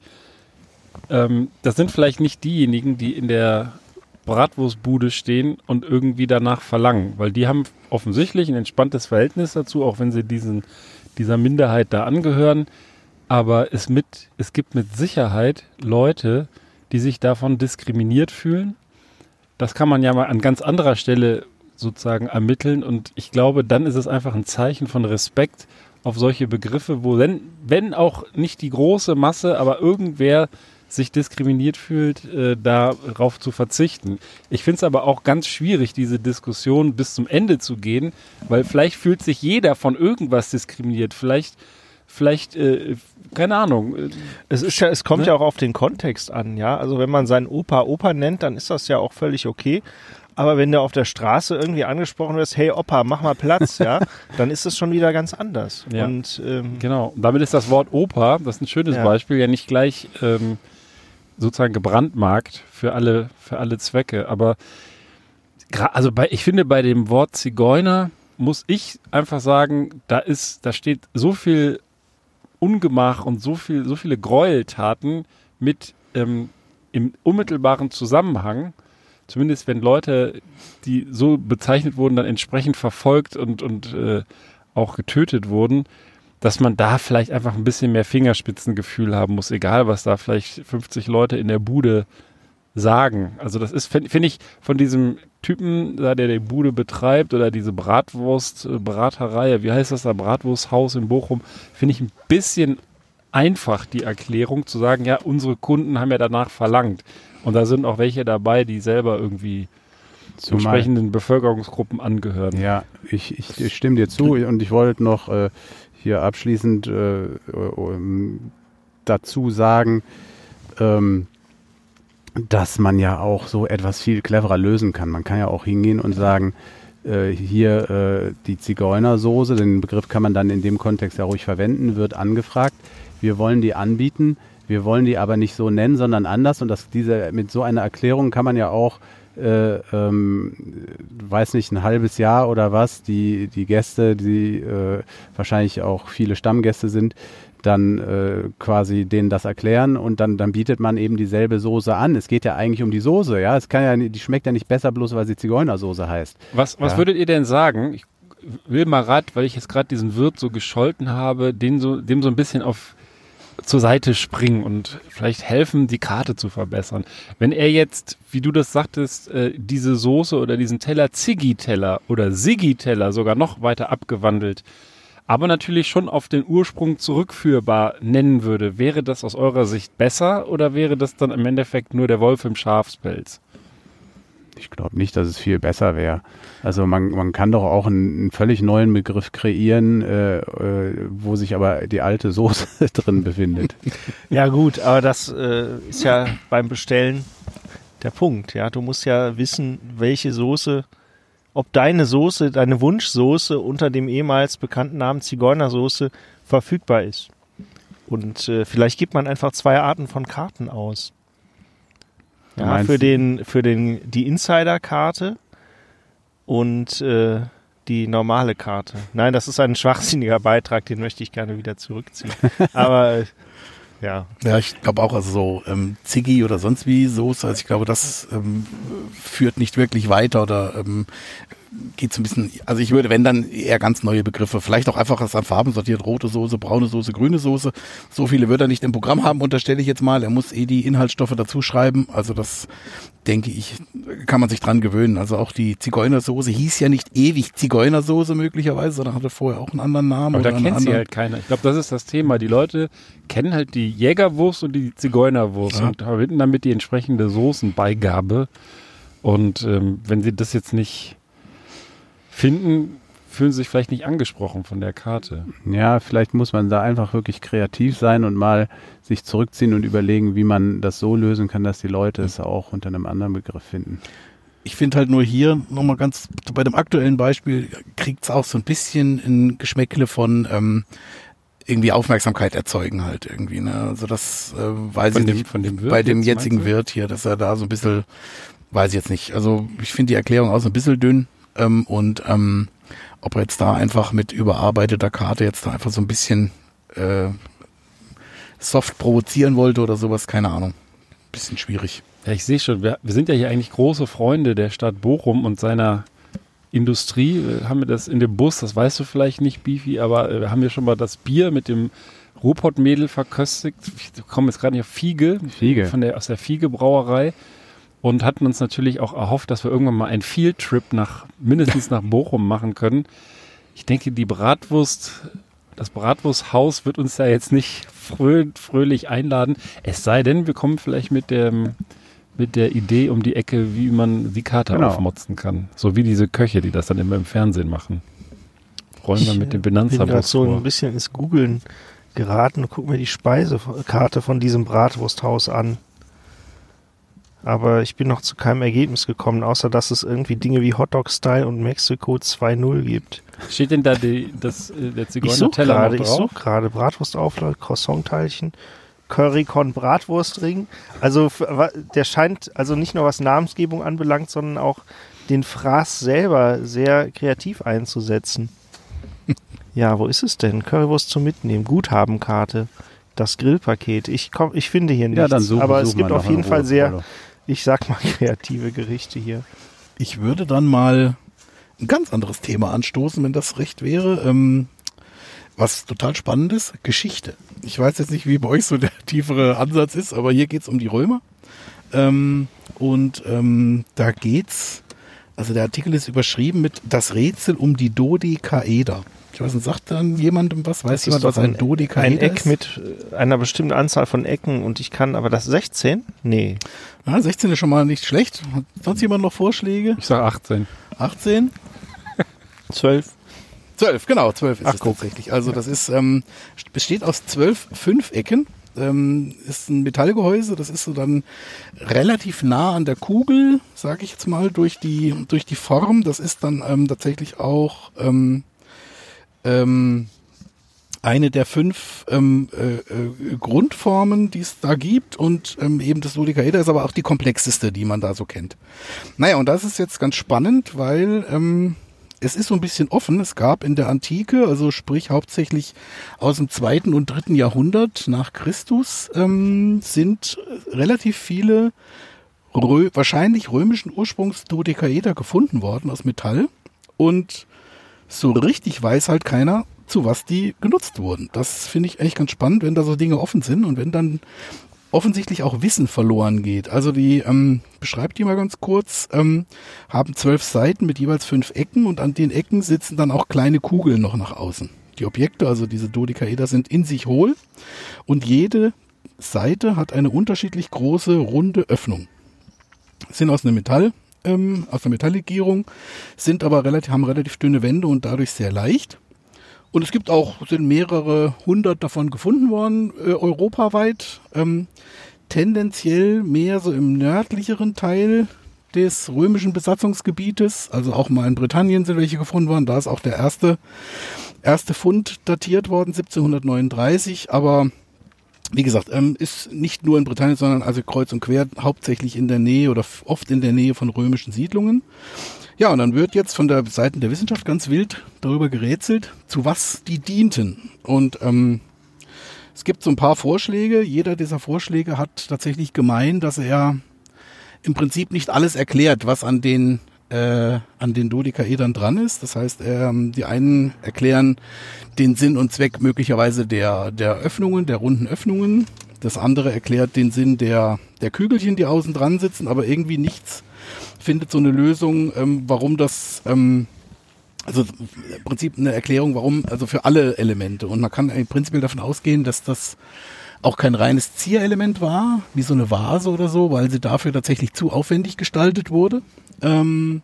Speaker 2: Ähm, das sind vielleicht nicht diejenigen, die in der Bratwurstbude stehen und irgendwie danach verlangen, weil die haben offensichtlich ein entspanntes Verhältnis dazu, auch wenn sie diesen, dieser Minderheit da angehören. Aber es, mit, es gibt mit Sicherheit Leute, die sich davon diskriminiert fühlen. Das kann man ja mal an ganz anderer Stelle sozusagen ermitteln. Und ich glaube, dann ist es einfach ein Zeichen von Respekt auf solche Begriffe, wo, wenn, wenn auch nicht die große Masse, aber irgendwer sich diskriminiert fühlt, äh, darauf zu verzichten. Ich finde es aber auch ganz schwierig, diese Diskussion bis zum Ende zu gehen, weil vielleicht fühlt sich jeder von irgendwas diskriminiert. Vielleicht Vielleicht, äh, keine Ahnung.
Speaker 4: Es ist ja, es kommt ne? ja auch auf den Kontext an, ja. Also wenn man seinen Opa Opa nennt, dann ist das ja auch völlig okay. Aber wenn du auf der Straße irgendwie angesprochen wirst, hey Opa, mach mal Platz, ja, dann ist es schon wieder ganz anders.
Speaker 2: Ja.
Speaker 4: Und, ähm,
Speaker 2: genau. Und damit ist das Wort Opa, das ist ein schönes ja. Beispiel, ja nicht gleich ähm, sozusagen gebrandmarkt für alle, für alle Zwecke. Aber also bei, ich finde, bei dem Wort Zigeuner muss ich einfach sagen, da ist, da steht so viel Ungemach und so viel, so viele Gräueltaten mit ähm, im unmittelbaren Zusammenhang, zumindest wenn Leute, die so bezeichnet wurden, dann entsprechend verfolgt und, und äh, auch getötet wurden, dass man da vielleicht einfach ein bisschen mehr Fingerspitzengefühl haben muss, egal was da vielleicht fünfzig Leute in der Bude sagen. Also das ist, finde find ich, von diesem Typen, da der die Bude betreibt oder diese Bratwurst, Braterei, wie heißt das da, Bratwursthaus in Bochum, finde ich ein bisschen einfach die Erklärung zu sagen, ja, unsere Kunden haben ja danach verlangt. Und da sind auch welche dabei, die selber irgendwie zu entsprechenden Bevölkerungsgruppen angehören.
Speaker 3: Ja, ich, ich, ich stimme dir zu und ich wollte noch äh, hier abschließend äh, um, dazu sagen, ähm, dass man ja auch so etwas viel cleverer lösen kann. Man kann ja auch hingehen und sagen, äh, hier äh, die Zigeunersoße, den Begriff kann man dann in dem Kontext ja ruhig verwenden, wird angefragt. Wir wollen die anbieten, wir wollen die aber nicht so nennen, sondern anders. Und das, diese, mit so einer Erklärung kann man ja auch, äh, ähm, weiß nicht, ein halbes Jahr oder was, die, die Gäste, die äh, wahrscheinlich auch viele Stammgäste sind, dann äh, quasi denen das erklären und dann, dann bietet man eben dieselbe Soße an. Es geht ja eigentlich um die Soße, ja. Es kann ja, die schmeckt ja nicht besser, bloß weil sie Zigeunersoße heißt.
Speaker 2: Was, was
Speaker 3: ja.
Speaker 2: würdet ihr denn sagen? Ich will mal rat, weil ich jetzt gerade diesen Wirt so gescholten habe, den so, dem so ein bisschen auf zur Seite springen und vielleicht helfen, die Karte zu verbessern. Wenn er jetzt, wie du das sagtest, äh, diese Soße oder diesen Teller Ziggi-Teller oder Siggi-Teller sogar noch weiter abgewandelt, aber natürlich schon auf den Ursprung zurückführbar nennen würde, wäre das aus eurer Sicht besser oder wäre das dann im Endeffekt nur der Wolf im Schafspelz?
Speaker 3: Ich glaube nicht, dass es viel besser wäre. Also man, man kann doch auch einen, einen völlig neuen Begriff kreieren, äh, äh, wo sich aber die alte Soße drin befindet.
Speaker 4: Ja gut, aber das äh, ist ja beim Bestellen der Punkt. Ja, du musst ja wissen, welche Soße, ob deine Soße, deine Wunschsoße unter dem ehemals bekannten Namen Zigeunersoße verfügbar ist. Und äh, vielleicht gibt man einfach zwei Arten von Karten aus. Ja, für den, für den, die Insider-Karte und äh, die normale Karte. Nein, das ist ein schwachsinniger Beitrag, den möchte ich gerne wieder zurückziehen. Aber äh, ja.
Speaker 5: Ja, ich glaube auch, also so ähm, Ziggi oder sonst wie Soße, also ich glaube, das ähm, führt nicht wirklich weiter oder ähm, geht so ein bisschen, also ich würde, wenn dann eher ganz neue Begriffe, vielleicht auch einfach was an Farben sortiert, rote Soße, braune Soße, grüne Soße. So viele wird er nicht im Programm haben, unterstelle ich jetzt mal. Er muss eh die Inhaltsstoffe dazu schreiben. Also das, denke ich, kann man sich dran gewöhnen. Also auch die Zigeunersoße hieß ja nicht ewig Zigeunersoße möglicherweise, sondern hatte vorher auch einen anderen Namen.
Speaker 2: Aber
Speaker 5: oder
Speaker 2: da kennt
Speaker 5: anderen.
Speaker 2: sie halt keiner. Ich glaube, das ist das Thema. Die Leute kennen halt die Jägerwurst und die Zigeunerwurst
Speaker 5: Ja.
Speaker 2: und verbinden damit die entsprechende Soßenbeigabe. Und ähm, wenn sie das jetzt nicht finden, fühlen sie sich vielleicht nicht angesprochen von der Karte.
Speaker 3: Ja, vielleicht muss man da einfach wirklich kreativ sein und mal sich zurückziehen und überlegen, wie man das so lösen kann, dass die Leute es auch unter einem anderen Begriff finden.
Speaker 5: Ich finde halt nur hier nochmal ganz, bei dem aktuellen Beispiel kriegt es auch so ein bisschen ein Geschmäckle von ähm, irgendwie Aufmerksamkeit erzeugen halt irgendwie. Ne? Also das äh, weiß
Speaker 2: Von
Speaker 5: ich
Speaker 2: dem-
Speaker 5: nicht.
Speaker 2: von dem Wirt
Speaker 5: bei dem
Speaker 2: jetzt,
Speaker 5: jetzigen
Speaker 2: meinst du?
Speaker 5: Wirt hier, dass er da so ein bisschen, weiß ich jetzt nicht. Also ich finde die Erklärung auch so ein bisschen dünn ähm, und ähm, ob er jetzt da einfach mit überarbeiteter Karte jetzt da einfach so ein bisschen äh, soft provozieren wollte oder sowas, keine Ahnung. Bisschen schwierig.
Speaker 2: Ja, ich sehe schon, wir, wir sind ja hier eigentlich große Freunde der Stadt Bochum und seiner Industrie. Wir haben wir das in dem Bus, das weißt du vielleicht nicht, Beefy, aber äh, wir haben ja schon mal das Bier mit dem Ruhrpottmädel verköstigt. Ich komme jetzt gerade nicht auf Fiege,
Speaker 3: Fiege.
Speaker 2: Von der, aus der Fiege-Brauerei und hatten uns natürlich auch erhofft, dass wir irgendwann mal einen Field-Trip nach, mindestens nach Bochum machen können. Ich denke, die Bratwurst, das Bratwursthaus wird uns da jetzt nicht fröh, fröhlich einladen. Es sei denn, wir kommen vielleicht mit dem mit der Idee um die Ecke, wie man die Karte
Speaker 3: Genau.
Speaker 2: aufmotzen kann. So wie diese Köche, die das dann immer im Fernsehen machen. Rollen wir
Speaker 4: Ich,
Speaker 2: mit dem
Speaker 4: bin gerade
Speaker 2: Benanza-Bus
Speaker 4: so
Speaker 2: vor.
Speaker 4: ein bisschen ins Googeln geraten und gucke mir die Speisekarte von diesem Bratwursthaus an. Aber ich bin noch zu keinem Ergebnis gekommen, außer dass es irgendwie Dinge wie Hotdog-Style und Mexiko zwei null gibt.
Speaker 2: Steht denn da die, das, äh, der
Speaker 4: Ich suche
Speaker 2: Zigeuner-Teller noch
Speaker 4: gerade, ich
Speaker 2: drauf?
Speaker 4: suche gerade Bratwurstauflauf, Croissant-Teilchen, Currycorn Bratwurstring. Also f- wa- der scheint also nicht nur was Namensgebung anbelangt, sondern auch den Fraß selber sehr kreativ einzusetzen. Ja, wo ist es denn? Currywurst zum Mitnehmen, Guthabenkarte, das Grillpaket. Ich komm, ich finde hier nichts,
Speaker 3: Ja, dann suchen
Speaker 4: aber
Speaker 3: suchen
Speaker 4: es gibt
Speaker 3: wir
Speaker 4: auf
Speaker 3: noch
Speaker 4: jeden
Speaker 3: in
Speaker 4: Fall
Speaker 3: Ruhe,
Speaker 4: sehr,
Speaker 3: Paulo.
Speaker 4: ich sag mal, kreative Gerichte hier.
Speaker 5: Ich würde dann mal ein ganz anderes Thema anstoßen, wenn das recht wäre. Ähm, was total spannend ist, Geschichte. Ich weiß jetzt nicht, wie bei euch so der tiefere Ansatz ist, aber hier geht's um die Römer. Ähm, und ähm, da geht's, also der Artikel ist überschrieben mit Das Rätsel um die Dodekaeder. Ich weiß nicht, sagt dann jemandem was? Weiß
Speaker 4: Das
Speaker 5: jemand,
Speaker 4: ist
Speaker 5: was
Speaker 4: doch
Speaker 5: ein Dodekaeder
Speaker 4: Ein Eck
Speaker 5: ist?
Speaker 4: mit äh, einer bestimmten Anzahl von Ecken und ich kann, aber das sechzehn? Nee.
Speaker 5: Ja, sechzehn ist schon mal nicht schlecht. Hat sonst jemand noch Vorschläge?
Speaker 2: Ich sage achtzehn.
Speaker 5: achtzehn?
Speaker 4: zwölf.
Speaker 5: Zwölf, genau, zwölf ist
Speaker 4: Ach,
Speaker 5: es
Speaker 4: guck.
Speaker 5: tatsächlich. Also das ist, ähm, besteht aus zwölf Fünfecken, ähm, ist ein Metallgehäuse, das ist so dann relativ nah an der Kugel, sage ich jetzt mal, durch die, durch die Form. Das ist dann ähm, tatsächlich auch ähm, ähm, eine der fünf ähm, äh, äh, Grundformen, die es da gibt und ähm, eben das Dodekaeder ist aber auch die komplexeste, die man da so kennt. Naja, und das ist jetzt ganz spannend, weil ähm, es ist so ein bisschen offen. Es gab in der Antike, also sprich hauptsächlich aus dem zweiten und dritten Jahrhundert nach Christus, ähm, sind relativ viele Rö- wahrscheinlich römischen Ursprungs Dodekaeder gefunden worden aus Metall und so richtig weiß halt keiner, zu was die genutzt wurden. Das finde ich eigentlich ganz spannend, wenn da so Dinge offen sind und wenn dann offensichtlich auch Wissen verloren geht. Also die, ähm, beschreibt die mal ganz kurz, ähm, haben zwölf Seiten mit jeweils fünf Ecken und an den Ecken sitzen dann auch kleine Kugeln noch nach außen. Die Objekte, also diese Dodekaeder, sind in sich hohl und jede Seite hat eine unterschiedlich große, runde Öffnung. Sind aus einem Metall, ähm, aus einer Metalllegierung, sind aber relativ, haben relativ dünne Wände und dadurch sehr leicht. Und es gibt auch, sind mehrere hundert davon gefunden worden, äh, europaweit, ähm, tendenziell mehr so im nördlicheren Teil des römischen Besatzungsgebietes, also auch mal in Britannien sind welche gefunden worden, da ist auch der erste, erste Fund datiert worden, siebzehnhundertneununddreißig, aber wie gesagt, ähm, ist nicht nur in Britannien, sondern also kreuz und quer, hauptsächlich in der Nähe oder f- oft in der Nähe von römischen Siedlungen. Ja, und dann wird jetzt von der Seite der Wissenschaft ganz wild darüber gerätselt, zu was die dienten. Und ähm, es gibt so ein paar Vorschläge. Jeder dieser Vorschläge hat tatsächlich gemein, dass er im Prinzip nicht alles erklärt, was an den äh, an den Dodekaedern dran ist. Das heißt, ähm, die einen erklären den Sinn und Zweck möglicherweise der, der Öffnungen, der runden Öffnungen. Das andere erklärt den Sinn der, der Kügelchen, die außen dran sitzen, aber irgendwie nichts findet so eine Lösung, ähm, warum das, ähm, also im Prinzip eine Erklärung, warum, also für alle Elemente. Und man kann im Prinzip davon ausgehen, dass das auch kein reines Zierelement war, wie so eine Vase oder so, weil sie dafür tatsächlich zu aufwendig gestaltet wurde. Ähm,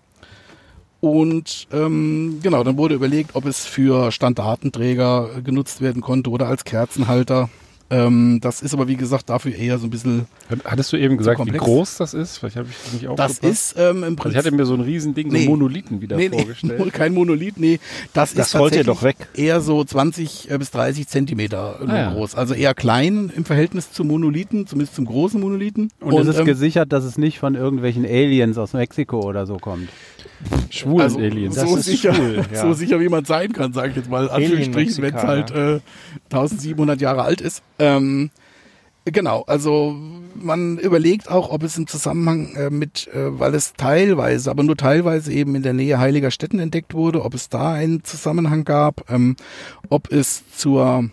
Speaker 5: und ähm, genau, dann wurde überlegt, ob es für Standartenträger genutzt werden konnte oder als Kerzenhalter. Ähm, das ist aber, wie gesagt, dafür eher so ein bisschen.
Speaker 2: Hattest du eben gesagt, wie
Speaker 5: komplex.
Speaker 2: groß das ist? Vielleicht habe ich das nicht aufgepasst.
Speaker 5: Das ist ähm, im
Speaker 2: Also
Speaker 5: Prinzip.
Speaker 2: ich hatte mir so ein Riesending, so
Speaker 5: Nee.
Speaker 2: Monolithen wieder
Speaker 5: nee, nee,
Speaker 2: vorgestellt.
Speaker 5: kein Monolith, nee. Das,
Speaker 4: Das
Speaker 5: ist
Speaker 4: wollt ihr
Speaker 5: tatsächlich
Speaker 4: doch weg.
Speaker 5: eher so zwanzig bis dreißig Zentimeter nur
Speaker 2: Ah, ja.
Speaker 5: groß. Also eher klein im Verhältnis zum Monolithen, zumindest zum großen Monolithen.
Speaker 3: Und, es ist
Speaker 5: ähm,
Speaker 3: gesichert, dass es nicht von irgendwelchen Aliens aus Mexiko oder so kommt.
Speaker 2: Schwulen
Speaker 5: also
Speaker 2: Aliens.
Speaker 5: so
Speaker 2: Das ist
Speaker 5: sicher,
Speaker 2: schwul, ja.
Speaker 5: so sicher wie man sein kann, sage ich jetzt mal, Anführungsstrichen, wenn es halt äh, eintausendsiebenhundert Jahre alt ist. Ähm, genau, also man überlegt auch, ob es im Zusammenhang äh, mit, äh, weil es teilweise, aber nur teilweise eben in der Nähe heiliger Stätten entdeckt wurde, ob es da einen Zusammenhang gab, ähm, ob es zur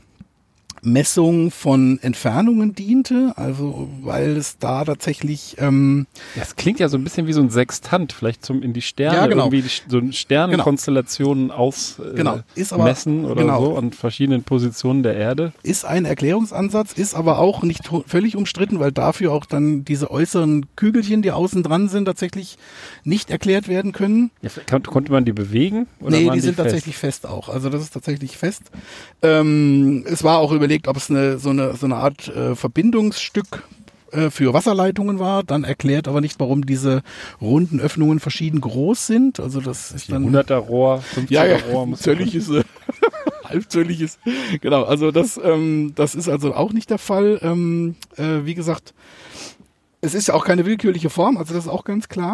Speaker 5: Messung von Entfernungen diente, also weil es da tatsächlich ähm,
Speaker 2: Das klingt ja so ein bisschen wie so ein Sextant, vielleicht zum in die Sterne,
Speaker 5: Ja, genau.
Speaker 2: irgendwie die, so Sternenkonstellationen aus äh,
Speaker 5: Genau. Ist aber-
Speaker 2: messen oder
Speaker 5: genau.
Speaker 2: so an verschiedenen Positionen der Erde.
Speaker 5: ist ein Erklärungsansatz, ist aber auch nicht to- völlig umstritten, weil dafür auch dann diese äußeren Kügelchen, die außen dran sind, tatsächlich nicht erklärt werden können.
Speaker 2: Ja, kann, konnte man die bewegen? Oder
Speaker 5: Nee,
Speaker 2: waren
Speaker 5: die sind
Speaker 2: fest?
Speaker 5: tatsächlich fest auch. Also das ist tatsächlich fest. Ähm, es war auch überlegt, ob es eine so eine so eine Art äh, Verbindungsstück äh, für Wasserleitungen war. Dann erklärt aber nicht, warum diese runden Öffnungen verschieden groß sind. Also das ist dann
Speaker 2: hunderter Rohr, fünfziger
Speaker 5: ja, ja,
Speaker 2: Rohr. Muss
Speaker 5: zölliges, äh, halbzölliges. Genau, also das, ähm, das ist also auch nicht der Fall. Ähm, äh, wie gesagt, es ist ja auch keine willkürliche Form, also das ist auch ganz klar.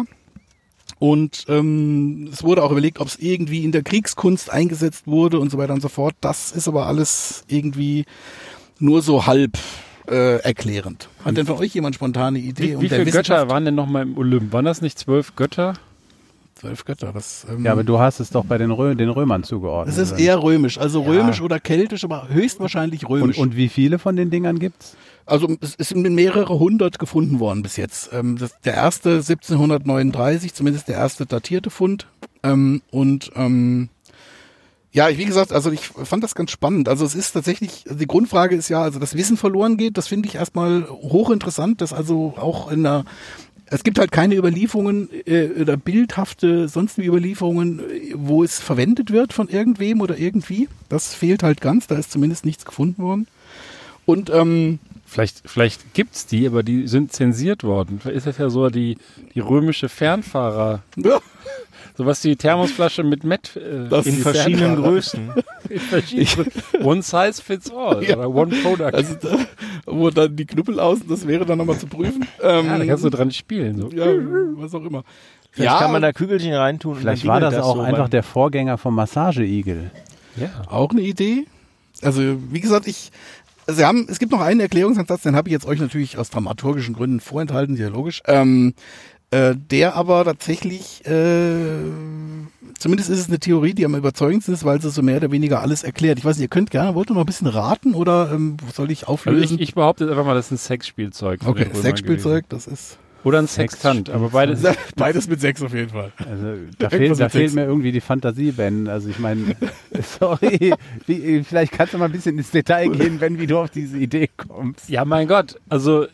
Speaker 5: Und ähm, es wurde auch überlegt, ob es irgendwie in der Kriegskunst eingesetzt wurde und so weiter und so fort. Das ist aber alles irgendwie nur so halb äh, erklärend. Hat denn von euch jemand spontane Idee?
Speaker 2: Wie,
Speaker 5: um
Speaker 2: wie
Speaker 5: der
Speaker 2: viele Götter
Speaker 5: Wissenschaft-
Speaker 2: waren denn nochmal im Olymp? Waren das nicht zwölf Götter?
Speaker 5: Zwölf Götter, das, ähm,
Speaker 3: Ja, aber du hast es doch bei den, Rö den Römern zugeordnet.
Speaker 5: es ist
Speaker 3: oder?
Speaker 5: eher römisch, also
Speaker 3: Ja.
Speaker 5: römisch oder keltisch, aber höchstwahrscheinlich römisch.
Speaker 3: und, und wie viele von den Dingern gibt's?
Speaker 5: Also es es sind mehrere hundert gefunden worden bis jetzt. Ähm, das, der erste siebzehnhundertneununddreißig, zumindest der erste datierte Fund. Ähm, und ähm, ja, wie gesagt, also ich fand das ganz spannend. Also es ist tatsächlich, die Grundfrage ist ja, also das Wissen verloren geht, das finde ich erstmal hochinteressant, dass also auch in der es gibt halt keine Überlieferungen äh, oder bildhafte sonstige Überlieferungen, äh, wo es verwendet wird von irgendwem oder irgendwie. Das fehlt halt ganz, da ist zumindest nichts gefunden worden. Und ähm,
Speaker 2: Vielleicht, vielleicht gibt's die, aber die sind zensiert worden. Vielleicht ist das ja so die, die römische Fernfahrer.
Speaker 5: ja,
Speaker 2: So was die Thermosflasche mit Met äh,
Speaker 5: Das
Speaker 4: In
Speaker 5: die
Speaker 4: verschiedenen
Speaker 2: Fernfahrer.
Speaker 4: Größen.
Speaker 2: In verschiedenen One size fits all
Speaker 5: Ja.
Speaker 2: oder one product.
Speaker 5: also da, wo dann die Knüppel außen, das wäre dann nochmal zu prüfen. Ähm,
Speaker 2: ja, da kannst du dran spielen. So.
Speaker 5: ja, was auch immer.
Speaker 4: Vielleicht kann man da Kügelchen reintun. und
Speaker 3: Vielleicht
Speaker 4: dann
Speaker 3: war
Speaker 4: dingelt
Speaker 3: das auch
Speaker 4: so
Speaker 3: einfach
Speaker 4: beim-
Speaker 3: der Vorgänger vom Massageigel.
Speaker 2: Ja.
Speaker 5: Auch eine Idee. Also wie gesagt, ich also wir haben, es gibt noch einen Erklärungsansatz, den habe ich jetzt euch natürlich aus dramaturgischen Gründen vorenthalten, sehr logisch. Ähm, äh, der aber tatsächlich, äh, zumindest ist es eine Theorie, die am überzeugendsten ist, weil sie so mehr oder weniger alles erklärt. Ich weiß nicht, ihr könnt gerne, wollt ihr noch ein bisschen raten oder ähm, soll ich
Speaker 2: Also
Speaker 5: auflösen?
Speaker 2: ich, ich behaupte jetzt einfach mal, das ist ein Sexspielzeug. von
Speaker 5: okay,
Speaker 2: den Römern
Speaker 5: Sexspielzeug, das ist
Speaker 2: gewesen. Oder ein Sextant, aber beides.
Speaker 5: beides mit Sex auf jeden Fall.
Speaker 3: Also da,
Speaker 5: Irgendwas
Speaker 3: fehlt, da
Speaker 5: mit
Speaker 3: fehlt
Speaker 5: Sex.
Speaker 3: mir irgendwie die Fantasie, Ben. Also ich meine, sorry, wie, vielleicht kannst du mal ein bisschen ins Detail gehen, Ben, wie du auf diese Idee kommst.
Speaker 2: Ja, mein Gott, also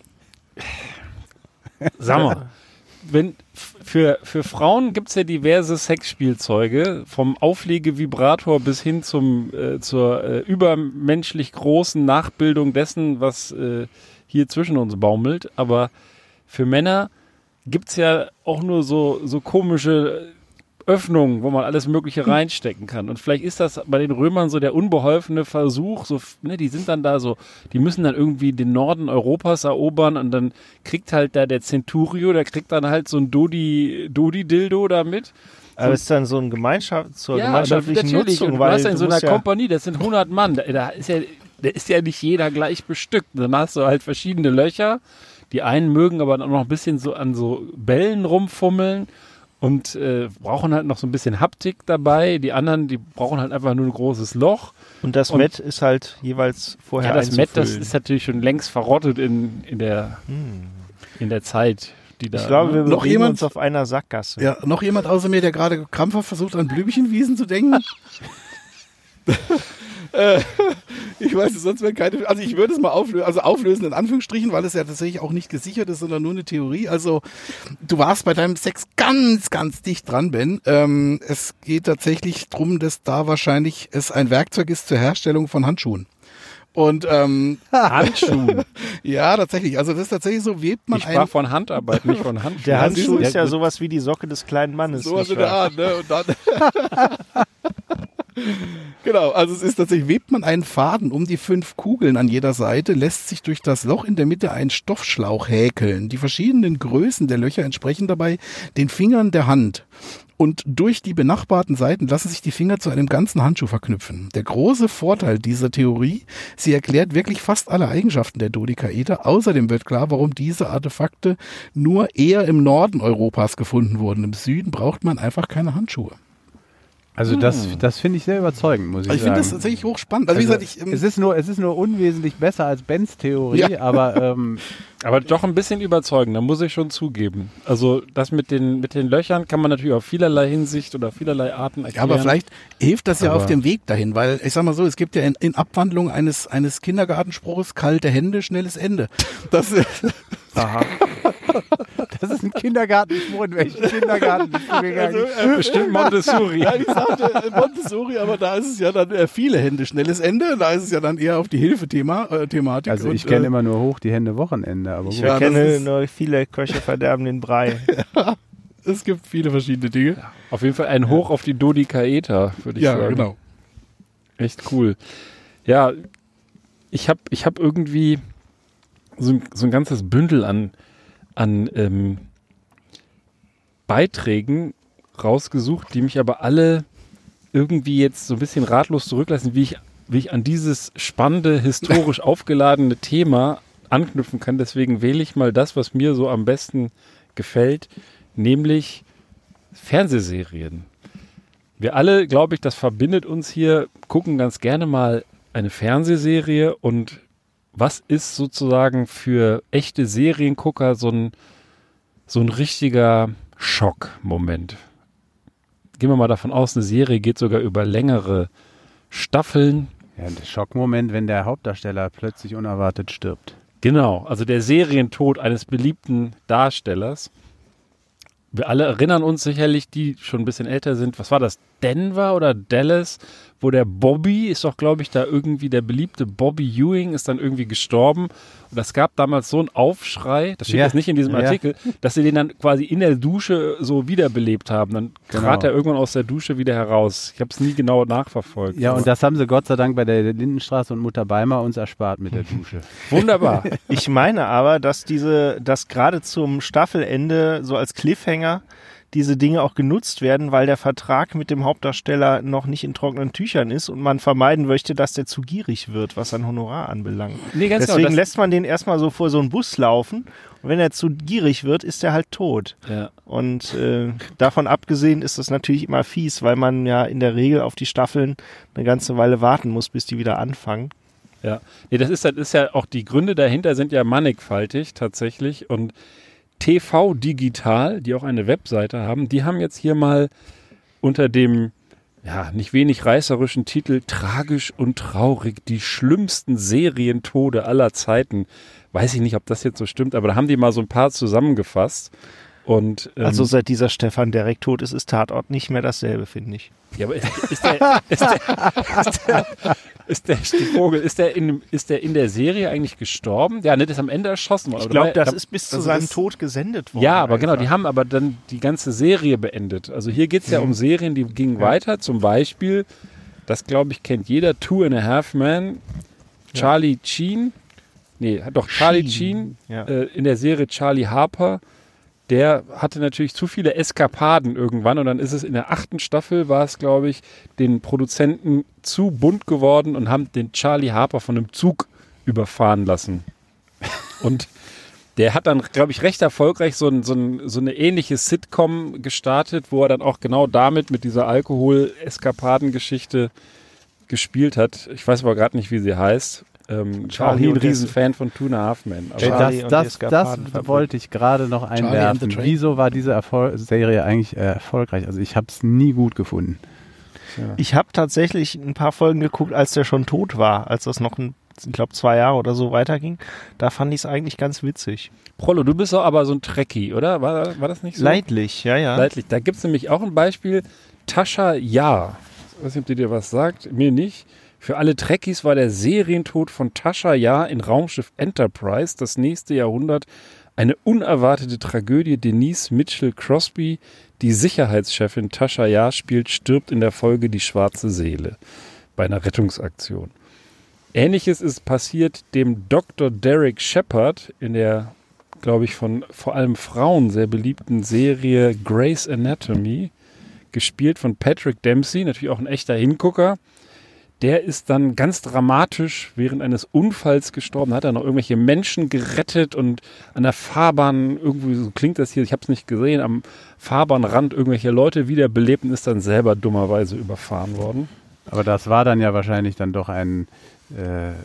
Speaker 2: sag mal, wenn für, für Frauen gibt's ja diverse Sexspielzeuge, vom Auflegevibrator bis hin zum äh, zur äh, übermenschlich großen Nachbildung dessen, was äh, hier zwischen uns baumelt. Aber für Männer gibt's ja auch nur so, so komische Öffnungen, wo man alles Mögliche reinstecken kann. Und vielleicht ist das bei den Römern so der unbeholfene Versuch, so, ne, die sind dann da so, die müssen dann irgendwie den Norden Europas erobern und dann kriegt halt da der Centurio, der kriegt dann halt so ein Dodi, Dodi-Dildo da mit.
Speaker 4: Aber es ist dann so ein Gemeinschaft, zur gemeinschaftlichen
Speaker 2: natürlich.
Speaker 4: Nutzung,
Speaker 2: Und du
Speaker 4: weil
Speaker 2: hast ja in so
Speaker 4: du
Speaker 2: einer
Speaker 4: musst ja,
Speaker 2: Kompanie, das sind hundert Mann, da, da ist ja, da ist ja nicht jeder gleich bestückt. Dann hast du halt verschiedene Löcher. Die einen mögen aber dann auch noch ein bisschen so an so Bällen rumfummeln. und äh, brauchen halt noch so ein bisschen Haptik dabei. Die anderen, die brauchen halt einfach nur ein großes Loch.
Speaker 4: Und das
Speaker 2: Und-
Speaker 4: Met ist halt jeweils vorher
Speaker 2: Ja, das Met, das
Speaker 4: einzufüllen.
Speaker 2: ist natürlich schon längst verrottet in, in, der, in der Zeit, die da...
Speaker 4: Ich glaube, wir
Speaker 2: ne?
Speaker 5: Noch
Speaker 4: bewegen
Speaker 5: jemand?
Speaker 4: uns auf einer Sackgasse.
Speaker 5: Ja, noch jemand außer mir, der gerade krampfhaft versucht, an Blümchenwiesen zu denken? äh, ich weiß es, sonst wäre keine. Also ich würde es mal auflösen, also auflösen in Anführungsstrichen, weil es ja tatsächlich auch nicht gesichert ist, sondern nur eine Theorie. Also du warst bei deinem Sex ganz, ganz dicht dran, Ben. Ähm, es geht tatsächlich drum, dass da wahrscheinlich es ein Werkzeug ist zur Herstellung von Handschuhen. Und ähm,
Speaker 2: Handschuhen.
Speaker 5: ja, tatsächlich. Also das ist tatsächlich so, webt man
Speaker 2: Ich
Speaker 5: ein.
Speaker 2: sprach von Handarbeit, nicht von Handschuhen.
Speaker 4: Der Handschuh
Speaker 5: siehst du?
Speaker 4: ist ja sowas wie die Socke des kleinen Mannes.
Speaker 5: Sowas
Speaker 4: nicht
Speaker 5: in der
Speaker 4: wahr?
Speaker 5: Art, ne? Und dann genau, also es ist tatsächlich, webt man einen Faden um die fünf Kugeln an jeder Seite, lässt sich durch das Loch in der Mitte ein Stoffschlauch häkeln. Die verschiedenen Größen der Löcher entsprechen dabei den Fingern der Hand. Und durch die benachbarten Seiten lassen sich die Finger zu einem ganzen Handschuh verknüpfen. Der große Vorteil dieser Theorie, sie erklärt wirklich fast alle Eigenschaften der Dodekaeder. Außerdem wird klar, warum diese Artefakte nur eher im Norden Europas gefunden wurden. Im Süden braucht man einfach keine Handschuhe.
Speaker 3: Also das, das finde ich sehr überzeugend, muss ich,
Speaker 5: Also ich
Speaker 3: sagen.
Speaker 5: finde das tatsächlich hochspannend. Also, wie
Speaker 3: Also,
Speaker 5: gesagt, ich, ähm,
Speaker 3: es, ist nur, es ist nur unwesentlich besser als Bens Theorie,
Speaker 5: Ja.
Speaker 3: aber ähm,
Speaker 2: Aber doch ein bisschen überzeugender, muss ich schon zugeben. Also das mit den, mit den Löchern kann man natürlich auf vielerlei Hinsicht oder vielerlei Arten
Speaker 5: ja,
Speaker 2: erklären.
Speaker 5: aber vielleicht hilft das ja
Speaker 3: Aber-
Speaker 5: auf dem Weg dahin, weil ich sag mal so, es gibt ja in, in Abwandlung eines, eines Kindergartenspruches kalte Hände, schnelles Ende. Das,
Speaker 2: Aha.
Speaker 3: das ist ein Kindergartenspruch. In welchen Kindergarten bist du gegangen?
Speaker 5: äh,
Speaker 2: Bestimmt Montessori.
Speaker 5: Ja, ich sagte äh, Montessori, aber da ist es ja dann äh, viele Hände, schnelles Ende. Da ist es ja dann eher auf die Hilfethema, äh, Thematik.
Speaker 3: Also ich
Speaker 5: Und,
Speaker 3: kenne
Speaker 5: äh,
Speaker 3: immer nur hoch die Hände Wochenende, aber
Speaker 4: Ich
Speaker 3: gut.
Speaker 5: Ja, das
Speaker 4: erkenne
Speaker 5: ist-
Speaker 4: nur viele Köche verderben den Brei.
Speaker 5: Es gibt viele verschiedene Dinge.
Speaker 2: Auf jeden Fall ein Hoch auf die Dodekaeder, würde ich
Speaker 5: Ja,
Speaker 2: sagen.
Speaker 5: genau.
Speaker 2: Echt cool. Ja, ich habe ich hab irgendwie so ein, so ein ganzes Bündel an, an ähm, Beiträgen rausgesucht, die mich aber alle irgendwie jetzt so ein bisschen ratlos zurücklassen, wie ich, wie ich an dieses spannende, historisch aufgeladene Thema anknüpfen kann. Deswegen wähle ich mal das, was mir so am besten gefällt, nämlich Fernsehserien. Wir alle, glaube ich, das verbindet uns hier, gucken ganz gerne mal eine Fernsehserie und was ist sozusagen für echte Seriengucker so ein, so ein richtiger Schockmoment? Gehen wir mal davon aus, eine Serie geht sogar über längere Staffeln.
Speaker 3: Ja, der Schockmoment, wenn der Hauptdarsteller plötzlich unerwartet stirbt.
Speaker 2: Genau, also der Serientod eines beliebten Darstellers. Wir alle erinnern uns sicherlich, die schon ein bisschen älter sind. Was war das? Denver oder Dallas? Wo der Bobby ist doch, glaube ich, da irgendwie der beliebte Bobby Ewing ist dann irgendwie gestorben. Und es gab damals so einen Aufschrei, das steht
Speaker 3: Ja,
Speaker 2: jetzt nicht in diesem
Speaker 3: ja.
Speaker 2: Artikel, dass sie den dann quasi in der Dusche so wiederbelebt haben. Dann
Speaker 3: Genau.
Speaker 2: trat er irgendwann aus der Dusche wieder heraus. Ich habe es nie genau nachverfolgt.
Speaker 3: Ja,
Speaker 2: Aber
Speaker 3: und das haben sie Gott sei Dank bei der Lindenstraße und Mutter Beimer uns erspart mit der Dusche.
Speaker 2: wunderbar.
Speaker 4: Ich meine aber, dass diese, dass gerade zum Staffelende so als Cliffhanger diese Dinge auch genutzt werden, weil der Vertrag mit dem Hauptdarsteller noch nicht in trockenen Tüchern ist und man vermeiden möchte, dass der zu gierig wird, was sein Honorar anbelangt.
Speaker 2: Nee, ganz
Speaker 4: Deswegen
Speaker 2: genau, das-
Speaker 4: lässt man den erstmal so vor so einen Bus laufen und wenn er zu gierig wird, ist er halt tot.
Speaker 2: Ja.
Speaker 4: Und äh, davon abgesehen ist das natürlich immer fies, weil man ja in der Regel auf die Staffeln eine ganze Weile warten muss, bis die wieder anfangen.
Speaker 2: Ja, nee, das ist, das ist ja auch, die Gründe dahinter sind ja mannigfaltig tatsächlich und T V Digital, die auch eine Webseite haben, die haben jetzt hier mal unter dem, ja, nicht wenig reißerischen Titel Tragisch und traurig, die schlimmsten Serientode aller Zeiten. Weiß ich nicht, ob das jetzt so stimmt, aber da haben die mal so ein paar zusammengefasst. Und, ähm,
Speaker 4: Also seit dieser Stefan Derek tot ist, ist Tatort nicht mehr dasselbe, finde ich.
Speaker 2: ja, aber ist, ist, der, ist, der, ist, der, ist der Vogel, ist der, in, ist der in der Serie eigentlich gestorben? Ja, ne, das ist am Ende erschossen worden.
Speaker 4: Ich
Speaker 2: Aber
Speaker 4: glaube,
Speaker 2: da-
Speaker 4: das
Speaker 2: da-
Speaker 4: ist bis zu
Speaker 5: also
Speaker 4: seinem
Speaker 5: das-
Speaker 4: Tod gesendet worden.
Speaker 2: Ja, aber genau,
Speaker 4: einfach.
Speaker 2: die haben aber dann die ganze Serie beendet. Also hier geht es ja um Serien, die gingen weiter. Zum Beispiel, das glaube ich kennt jeder, Two and a Half Men, Charlie Sheen, nee, doch Charlie Sheen,
Speaker 4: Ja.
Speaker 2: äh, in der Serie Charlie Harper, der hatte natürlich zu viele Eskapaden irgendwann und dann ist es in der achten Staffel, war es glaube ich, den Produzenten zu bunt geworden und haben den Charlie Harper von einem Zug überfahren lassen. Und Der hat dann, glaube ich, recht erfolgreich so, ein, so, ein, so eine ähnliche Sitcom gestartet, wo er dann auch genau damit, mit dieser Alkohol-Eskapaden-Geschichte gespielt hat. Ich weiß aber gerade nicht, wie sie heißt. Ähm, ich war auch nie ein Riesenfan von Two and a Half Men.
Speaker 3: Ey, das das, das wollte ich gerade noch einwerfen. Wieso war diese Erfol- Serie eigentlich äh, erfolgreich? Also ich habe es nie gut gefunden.
Speaker 4: Ja. Ich habe tatsächlich ein paar Folgen geguckt, als der schon tot war, als das noch, ein, ich glaube, zwei Jahre oder so weiterging. Da fand ich es eigentlich ganz witzig.
Speaker 2: Prollo, du bist doch aber so ein Trekkie, oder? War, war das nicht so?
Speaker 4: Leidlich, ja, ja.
Speaker 2: Leidlich. Da gibt es nämlich auch ein Beispiel. Tascha Yar. Ich weiß nicht, ob die dir was sagt. Mir nicht. Für alle Trekkies war der Serientod von Tascha Yar in Raumschiff Enterprise das nächste Jahrhundert eine unerwartete Tragödie. Denise Mitchell Crosby, die Sicherheitschefin Tascha Yar spielt, stirbt in der Folge die schwarze Seele bei einer Rettungsaktion. Ähnliches ist passiert dem Doktor Derek Shepard in der, glaube ich, von vor allem Frauen sehr beliebten Serie Grey's Anatomy, gespielt von Patrick Dempsey, natürlich auch ein echter Hingucker. Der ist dann ganz dramatisch während eines Unfalls gestorben, hat er noch irgendwelche Menschen gerettet und an der Fahrbahn, irgendwie so klingt das hier, ich habe es nicht gesehen, am Fahrbahnrand irgendwelche Leute wiederbelebt und ist dann selber dummerweise überfahren worden.
Speaker 3: Aber das war dann ja wahrscheinlich dann doch ein, äh, äh,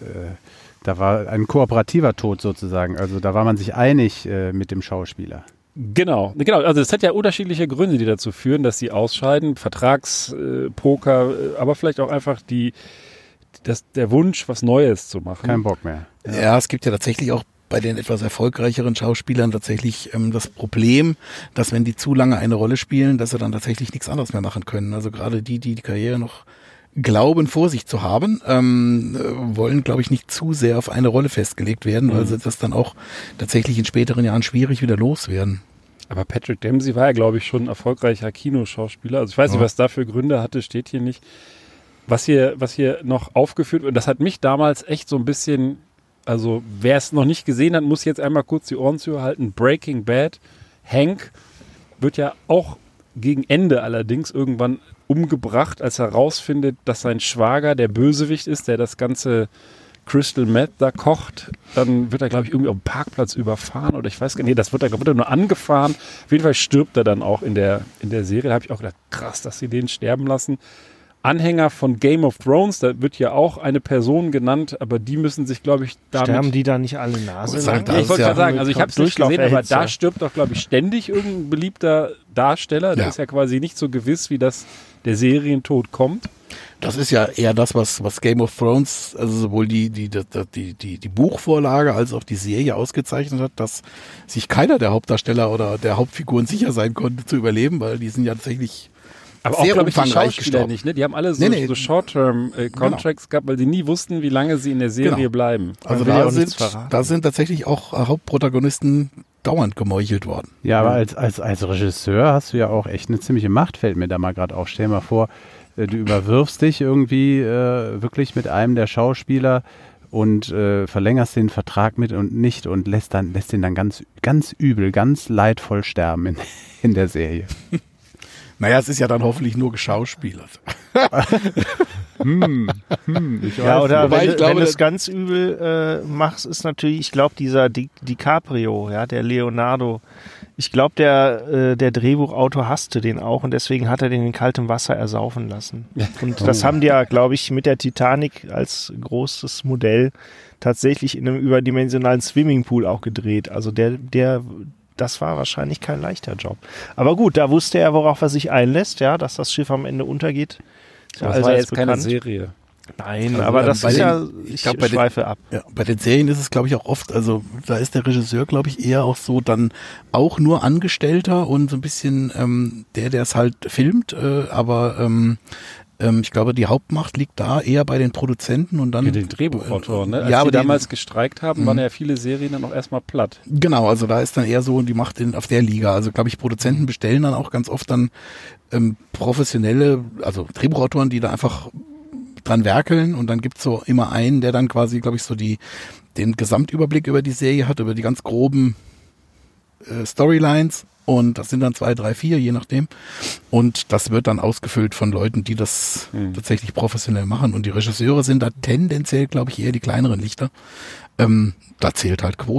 Speaker 3: da war ein kooperativer Tod sozusagen, also da war man sich einig äh, mit dem Schauspieler.
Speaker 2: Genau, genau. Also es hat ja unterschiedliche Gründe, die dazu führen, dass sie ausscheiden. Vertragspoker, äh, aber vielleicht auch einfach die, das, der Wunsch, was Neues zu machen.
Speaker 3: Kein Bock mehr.
Speaker 5: Ja, ja, es gibt ja tatsächlich auch bei den etwas erfolgreicheren Schauspielern tatsächlich ähm, das Problem, dass wenn die zu lange eine Rolle spielen, dass sie dann tatsächlich nichts anderes mehr machen können. Also gerade die, die die Karriere noch glauben, vor sich zu haben, ähm, wollen, glaube ich, nicht zu sehr auf eine Rolle festgelegt werden, weil sie das dann auch tatsächlich in späteren Jahren schwierig wieder loswerden.
Speaker 2: Aber Patrick Dempsey war ja, glaube ich, schon ein erfolgreicher Kinoschauspieler. Also ich weiß nicht, was da für Gründe hatte, steht hier nicht. Was hier, was hier noch aufgeführt wird, und das hat mich damals echt so ein bisschen, also wer es noch nicht gesehen hat, muss jetzt einmal kurz die Ohren zuhalten. Breaking Bad, Hank wird ja auch gegen Ende allerdings irgendwann umgebracht, als er herausfindet, dass sein Schwager der Bösewicht ist, der das ganze Crystal Meth da kocht. Dann wird er, glaube ich, irgendwie auf dem Parkplatz überfahren oder ich weiß gar nicht, nee, das wird er, glaube ich, nur angefahren. Auf jeden Fall stirbt er dann auch in der, in der Serie. Da habe ich auch gedacht, krass, dass sie den sterben lassen. Anhänger von Game of Thrones, da wird ja auch eine Person genannt, aber die müssen sich, glaube ich, damit...
Speaker 4: Sterben die da nicht alle Nase lang?
Speaker 2: Ja, ich wollte gerade sagen, also ich habe es nicht gesehen, aber da stirbt doch, glaube ich, ständig irgendein beliebter Darsteller. Der ja. ist ja quasi nicht so gewiss, wie das der Serientod kommt.
Speaker 5: Das ist ja eher das, was, was Game of Thrones, also sowohl die, die, die, die, die, die Buchvorlage als auch die Serie ausgezeichnet hat, dass sich keiner der Hauptdarsteller oder der Hauptfiguren sicher sein konnte zu überleben, weil die sind ja tatsächlich
Speaker 2: aber
Speaker 5: sehr
Speaker 2: auch, glaube ich, die
Speaker 5: umfangreich
Speaker 2: Schauspieler
Speaker 5: gestorben.
Speaker 2: nicht, ne? Die haben alle so,
Speaker 5: nee, nee.
Speaker 2: so Short-Term-Contracts äh, genau. gehabt, weil sie nie wussten, wie lange sie in der Serie
Speaker 5: genau.
Speaker 2: bleiben.
Speaker 5: Also da sind, da sind tatsächlich auch äh, Hauptprotagonisten dauernd gemeuchelt worden.
Speaker 3: Ja, aber als, als, als Regisseur hast du ja auch echt eine ziemliche Macht, fällt mir da mal gerade auf. Stell dir mal vor, äh, du überwirfst dich irgendwie äh, wirklich mit einem der Schauspieler und äh, verlängerst den Vertrag mit und nicht und lässt dann lässt den dann ganz, ganz übel, ganz leidvoll sterben in, in der Serie.
Speaker 5: Naja, es ist ja dann hoffentlich nur geschauspielert.
Speaker 3: hm, hm, ich
Speaker 4: ja,
Speaker 3: weiß
Speaker 4: oder
Speaker 5: Wobei
Speaker 4: wenn,
Speaker 5: ich glaube,
Speaker 4: wenn du es ganz übel äh, machst, ist natürlich, ich glaube, dieser Di- DiCaprio, ja, der Leonardo, ich glaube, der, äh, der Drehbuchautor hasste den auch und deswegen hat er den in kaltem Wasser ersaufen lassen. Und das haben die ja, glaube ich, mit der Titanic als großes Modell tatsächlich in einem überdimensionalen Swimmingpool auch gedreht. Also der, der das war wahrscheinlich kein leichter Job. Aber gut, da wusste er, worauf er sich einlässt, ja, dass das Schiff am Ende untergeht.
Speaker 2: Ja, das war jetzt bekannt. Keine Serie.
Speaker 4: Nein,
Speaker 5: also,
Speaker 4: aber das ist
Speaker 5: den,
Speaker 4: ja,
Speaker 5: ich,
Speaker 4: ich
Speaker 5: glaub, bei
Speaker 4: schweife
Speaker 5: den,
Speaker 4: ab.
Speaker 5: Ja, bei den Serien ist es, glaube ich, auch oft, also da ist der Regisseur, glaube ich, eher auch so dann auch nur Angestellter und so ein bisschen ähm, der, der es halt filmt, äh, aber ähm, ähm, ich glaube, die Hauptmacht liegt da eher bei den Produzenten und dann...
Speaker 2: Ja, den Drehbuchautoren, ne? Als
Speaker 5: ja,
Speaker 2: die
Speaker 5: aber
Speaker 2: damals
Speaker 5: die,
Speaker 2: gestreikt haben, waren ja viele Serien dann auch erstmal platt.
Speaker 5: Genau, also da ist dann eher so die Macht in, auf der Liga. Also glaube ich, Produzenten bestellen dann auch ganz oft dann ähm, professionelle, also Drehbuchautoren, die da einfach dran werkeln und dann gibt's so immer einen, der dann quasi, glaube ich, so die den Gesamtüberblick über die Serie hat, über die ganz groben äh, Storylines und das sind dann zwei, drei, vier, je nachdem und das wird dann ausgefüllt von Leuten, die das mhm. tatsächlich professionell machen und die Regisseure sind da tendenziell, glaube ich, eher die kleineren Lichter. Ähm, da zählt halt Quote.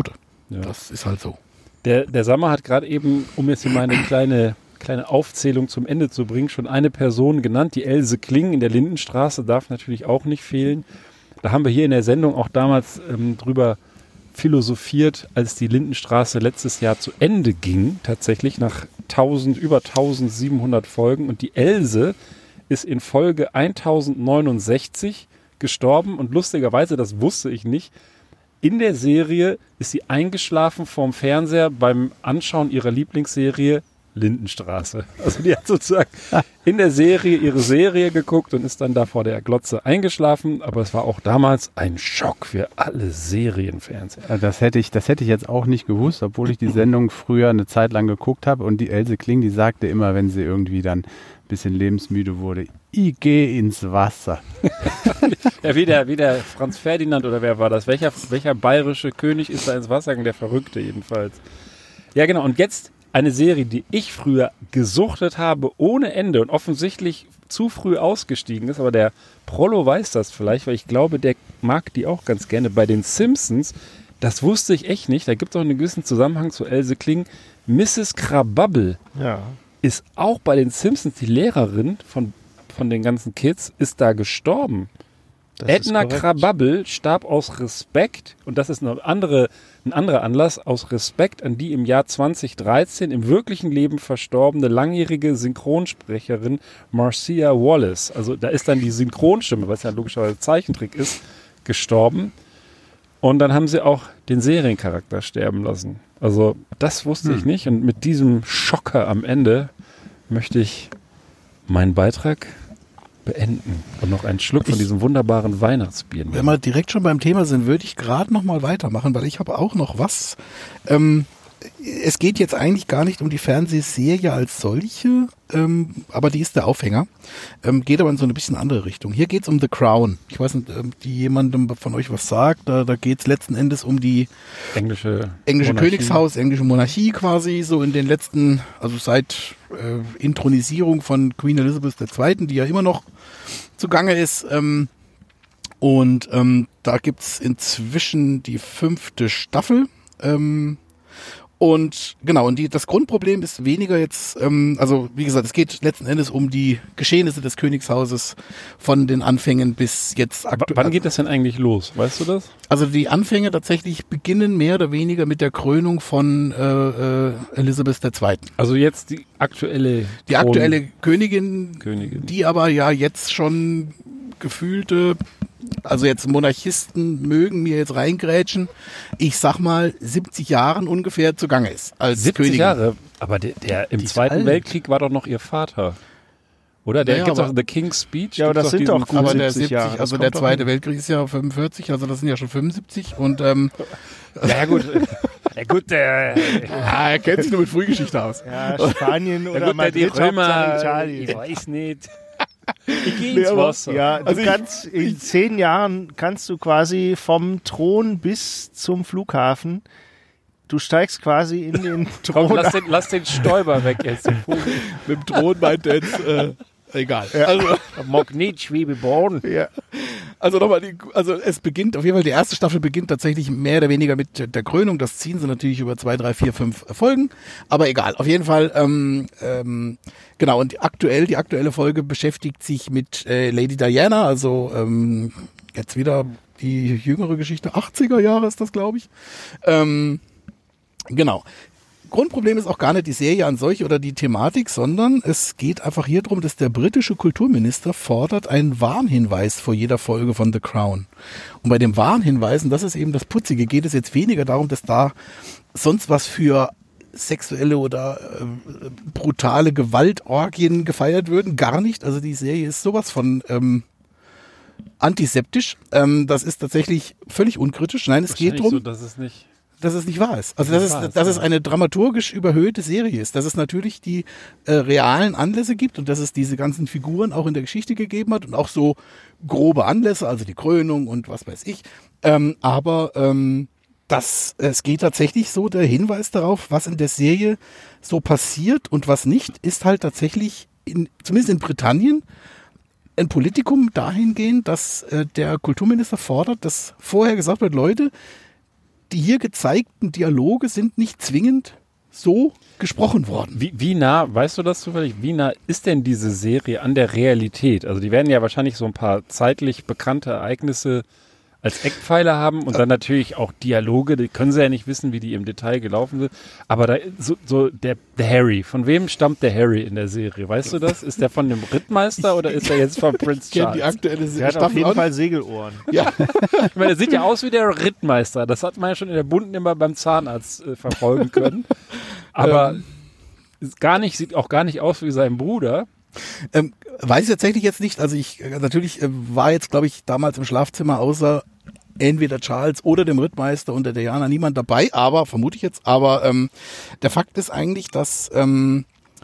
Speaker 2: Ja.
Speaker 5: Das ist halt so.
Speaker 2: Der, der Sammer hat gerade eben, um jetzt hier mal eine kleine, kleine Aufzählung zum Ende zu bringen, schon eine Person genannt, die Else Kling in der Lindenstraße, darf natürlich auch nicht fehlen. Da haben wir hier in der Sendung auch damals ähm, drüber philosophiert, als die Lindenstraße letztes Jahr zu Ende ging, tatsächlich nach tausend, über tausendsiebenhundert Folgen. Und die Else ist in Folge tausendneunundsechzig gestorben und lustigerweise, das wusste ich nicht, in der Serie ist sie eingeschlafen vorm Fernseher beim Anschauen ihrer Lieblingsserie Lindenstraße. Also die hat sozusagen in der Serie ihre Serie geguckt und ist dann da vor der Glotze eingeschlafen. Aber es war auch damals ein Schock für alle Serienfernseher.
Speaker 3: Das hätte ich, das hätte ich jetzt auch nicht gewusst, obwohl ich die Sendung früher eine Zeit lang geguckt habe. Und die Else Kling, die sagte immer, wenn sie irgendwie dann ein bisschen lebensmüde wurde, ich gehe ins Wasser.
Speaker 2: Ja, wie der, wie der Franz Ferdinand oder wer war das? Welcher, welcher bayerische König ist da ins Wasser gegangen? Der Verrückte jedenfalls. Ja, genau. Und jetzt eine Serie, die ich früher gesuchtet habe ohne Ende und offensichtlich zu früh ausgestiegen ist, aber der Prollo weiß das vielleicht, weil ich glaube, der mag die auch ganz gerne. Bei den Simpsons, das wusste ich echt nicht, da gibt es auch einen gewissen Zusammenhang zu Else Kling. Misses Krabappel
Speaker 4: Ja.
Speaker 2: ist auch bei den Simpsons, die Lehrerin von, von den ganzen Kids, ist da gestorben.
Speaker 4: Das
Speaker 2: Edna
Speaker 4: ist korrekt.
Speaker 2: Krabappel starb aus Respekt, und das ist eine andere, ein anderer Anlass, aus Respekt an die im Jahr zweitausenddreizehn im wirklichen Leben verstorbene langjährige Synchronsprecherin Marcia Wallace. Also da ist dann die Synchronstimme, was ja logischerweise Zeichentrick ist, gestorben. Und dann haben sie auch den Seriencharakter sterben lassen. Also das wusste hm. ich nicht. Und mit diesem Schocker am Ende möchte ich meinen Beitrag beenden und noch einen Schluck von
Speaker 5: Ich-
Speaker 2: diesem wunderbaren Weihnachtsbier nehmen.
Speaker 5: Wenn wir direkt schon beim Thema sind, würde ich gerade noch mal weitermachen, weil ich habe auch noch was. Ähm, es geht jetzt eigentlich gar nicht um die Fernsehserie als solche, ähm, aber die ist der Aufhänger. Ähm, geht aber in so eine bisschen andere Richtung. Hier geht es um The Crown. Ich weiß nicht, ähm, die jemandem von euch was sagt. Da, da geht es letzten Endes um die
Speaker 2: Englische,
Speaker 5: englische
Speaker 2: Monarchie.
Speaker 5: Königshaus, englische Monarchie quasi, so in den letzten, also seit äh, Inthronisierung von Queen Elizabeth der Zweiten, die ja immer noch zugange ist. Ähm, und ähm, da gibt's inzwischen die fünfte Staffel. Ähm, und genau, und die, das Grundproblem ist weniger jetzt, ähm, also wie gesagt, es geht letzten Endes um die Geschehnisse des Königshauses von den Anfängen bis jetzt
Speaker 2: W-
Speaker 5: aktuell.
Speaker 2: Wann geht das denn eigentlich los? Weißt du das?
Speaker 5: Also die Anfänge tatsächlich beginnen mehr oder weniger mit der Krönung von äh, äh, Elisabeth der Zweiten.
Speaker 2: Also jetzt die aktuelle
Speaker 5: Die aktuelle Königin,
Speaker 2: Königin.
Speaker 5: die aber ja jetzt schon gefühlte, also jetzt Monarchisten mögen mir jetzt reingrätschen, ich sag mal siebzig Jahren ungefähr zugange ist als
Speaker 2: siebzig
Speaker 5: Königin.
Speaker 2: Jahre. Aber der, der im
Speaker 3: Die ist
Speaker 2: Zweiten
Speaker 3: alt.
Speaker 2: Weltkrieg war doch noch ihr Vater. Oder? Der
Speaker 5: Naja,
Speaker 2: gibt's
Speaker 5: aber-
Speaker 2: auch The King's Speech.
Speaker 4: Ja, aber
Speaker 2: gibt's
Speaker 4: das sind
Speaker 2: diesen-
Speaker 4: doch gut
Speaker 5: Aber der
Speaker 4: siebzig
Speaker 5: siebzig,
Speaker 4: Jahre, das
Speaker 5: also
Speaker 4: kommt
Speaker 5: der
Speaker 4: doch
Speaker 5: Zweite
Speaker 4: hin.
Speaker 5: Weltkrieg ist ja fünfundvierzig, also das sind ja schon fünfundsiebzig und ähm,
Speaker 2: Ja gut. Ja gut, der,
Speaker 5: ah, er kennt sich nur mit Frühgeschichte aus.
Speaker 4: Ja, Spanien
Speaker 2: ja,
Speaker 4: oder
Speaker 2: gut, der die
Speaker 4: Madrid, Hauptsache
Speaker 2: Römer,
Speaker 4: Italien.
Speaker 2: ich weiß nicht. Ich gehe
Speaker 5: Nee,
Speaker 2: ins
Speaker 5: aber-
Speaker 2: Wasser.
Speaker 4: Ja, du
Speaker 5: Also ich-
Speaker 4: kannst in zehn Jahren kannst du quasi vom Thron bis zum Flughafen. Du steigst quasi in den
Speaker 2: Komm,
Speaker 4: Thron.
Speaker 2: lass den, lass den Stäuber weg jetzt. den Vogel.
Speaker 5: Mit dem Thron meint er jetzt, äh, egal. Also,
Speaker 2: Magnetsch wie geboren.
Speaker 5: ja. Also nochmal, die, also es beginnt, auf jeden Fall die erste Staffel beginnt tatsächlich mehr oder weniger mit der Krönung. Das ziehen sie natürlich über zwei, drei, vier, fünf Folgen. Aber egal, auf jeden Fall, ähm, ähm, genau, und aktuell, die aktuelle Folge beschäftigt sich mit äh, Lady Diana, also ähm, jetzt wieder die jüngere Geschichte, achtziger Jahre ist das, glaube ich. Ähm, genau. Grundproblem ist auch gar nicht die Serie an solch oder die Thematik, sondern es geht einfach hier drum, dass der britische Kulturminister fordert einen Warnhinweis vor jeder Folge von The Crown. Und bei dem Warnhinweisen, das ist eben das Putzige, geht es jetzt weniger darum, dass da sonst was für sexuelle oder äh, brutale Gewaltorgien gefeiert würden. Gar nicht. Also die Serie ist sowas von ähm, antiseptisch. Ähm, das ist tatsächlich völlig unkritisch. Nein, es geht
Speaker 2: Wahrscheinlich
Speaker 5: drum,
Speaker 2: so, dass es nicht.
Speaker 5: dass es nicht wahr ist. Also dass
Speaker 2: Nicht
Speaker 5: es,
Speaker 2: wahr ist,
Speaker 5: dass es
Speaker 2: ja.
Speaker 5: eine dramaturgisch überhöhte Serie ist, dass es natürlich die äh, realen Anlässe gibt und dass es diese ganzen Figuren auch in der Geschichte gegeben hat und auch so grobe Anlässe, also die Krönung und was weiß ich. Ähm, aber ähm, das, es geht tatsächlich so, der Hinweis darauf, was in der Serie so passiert und was nicht, ist halt tatsächlich, in, zumindest in Britannien, ein Politikum dahingehend, dass äh, der Kulturminister fordert, dass vorher gesagt wird, Leute, die hier gezeigten Dialoge sind nicht zwingend so gesprochen worden.
Speaker 2: Wie, wie nah, weißt du das zufällig, wie nah ist denn diese Serie an der Realität? Also die werden ja wahrscheinlich so ein paar zeitlich bekannte Ereignisse als Eckpfeiler haben und dann natürlich auch Dialoge, die können sie ja nicht wissen, wie die im Detail gelaufen sind. Aber da so, so der, der Harry, von wem stammt der Harry in der Serie? Weißt du das? Ist der von dem Rittmeister oder ist er jetzt von Prince Charles?
Speaker 5: Die aktuelle
Speaker 4: Der hat auf jeden Fall Segelohren.
Speaker 5: Ja.
Speaker 2: Ich meine, der sieht ja aus wie der Rittmeister. Das hat man ja schon in der Bunten immer beim Zahnarzt äh, verfolgen können. Aber ähm. ist gar nicht, sieht auch gar nicht aus wie sein Bruder.
Speaker 5: Ähm, weiß ich tatsächlich jetzt nicht. Also ich äh, natürlich äh, war jetzt, glaube ich, damals im Schlafzimmer außer entweder Charles oder dem Rittmeister und der Diana niemand dabei, aber, vermute ich jetzt, aber ähm, der Fakt ist eigentlich, dass ähm,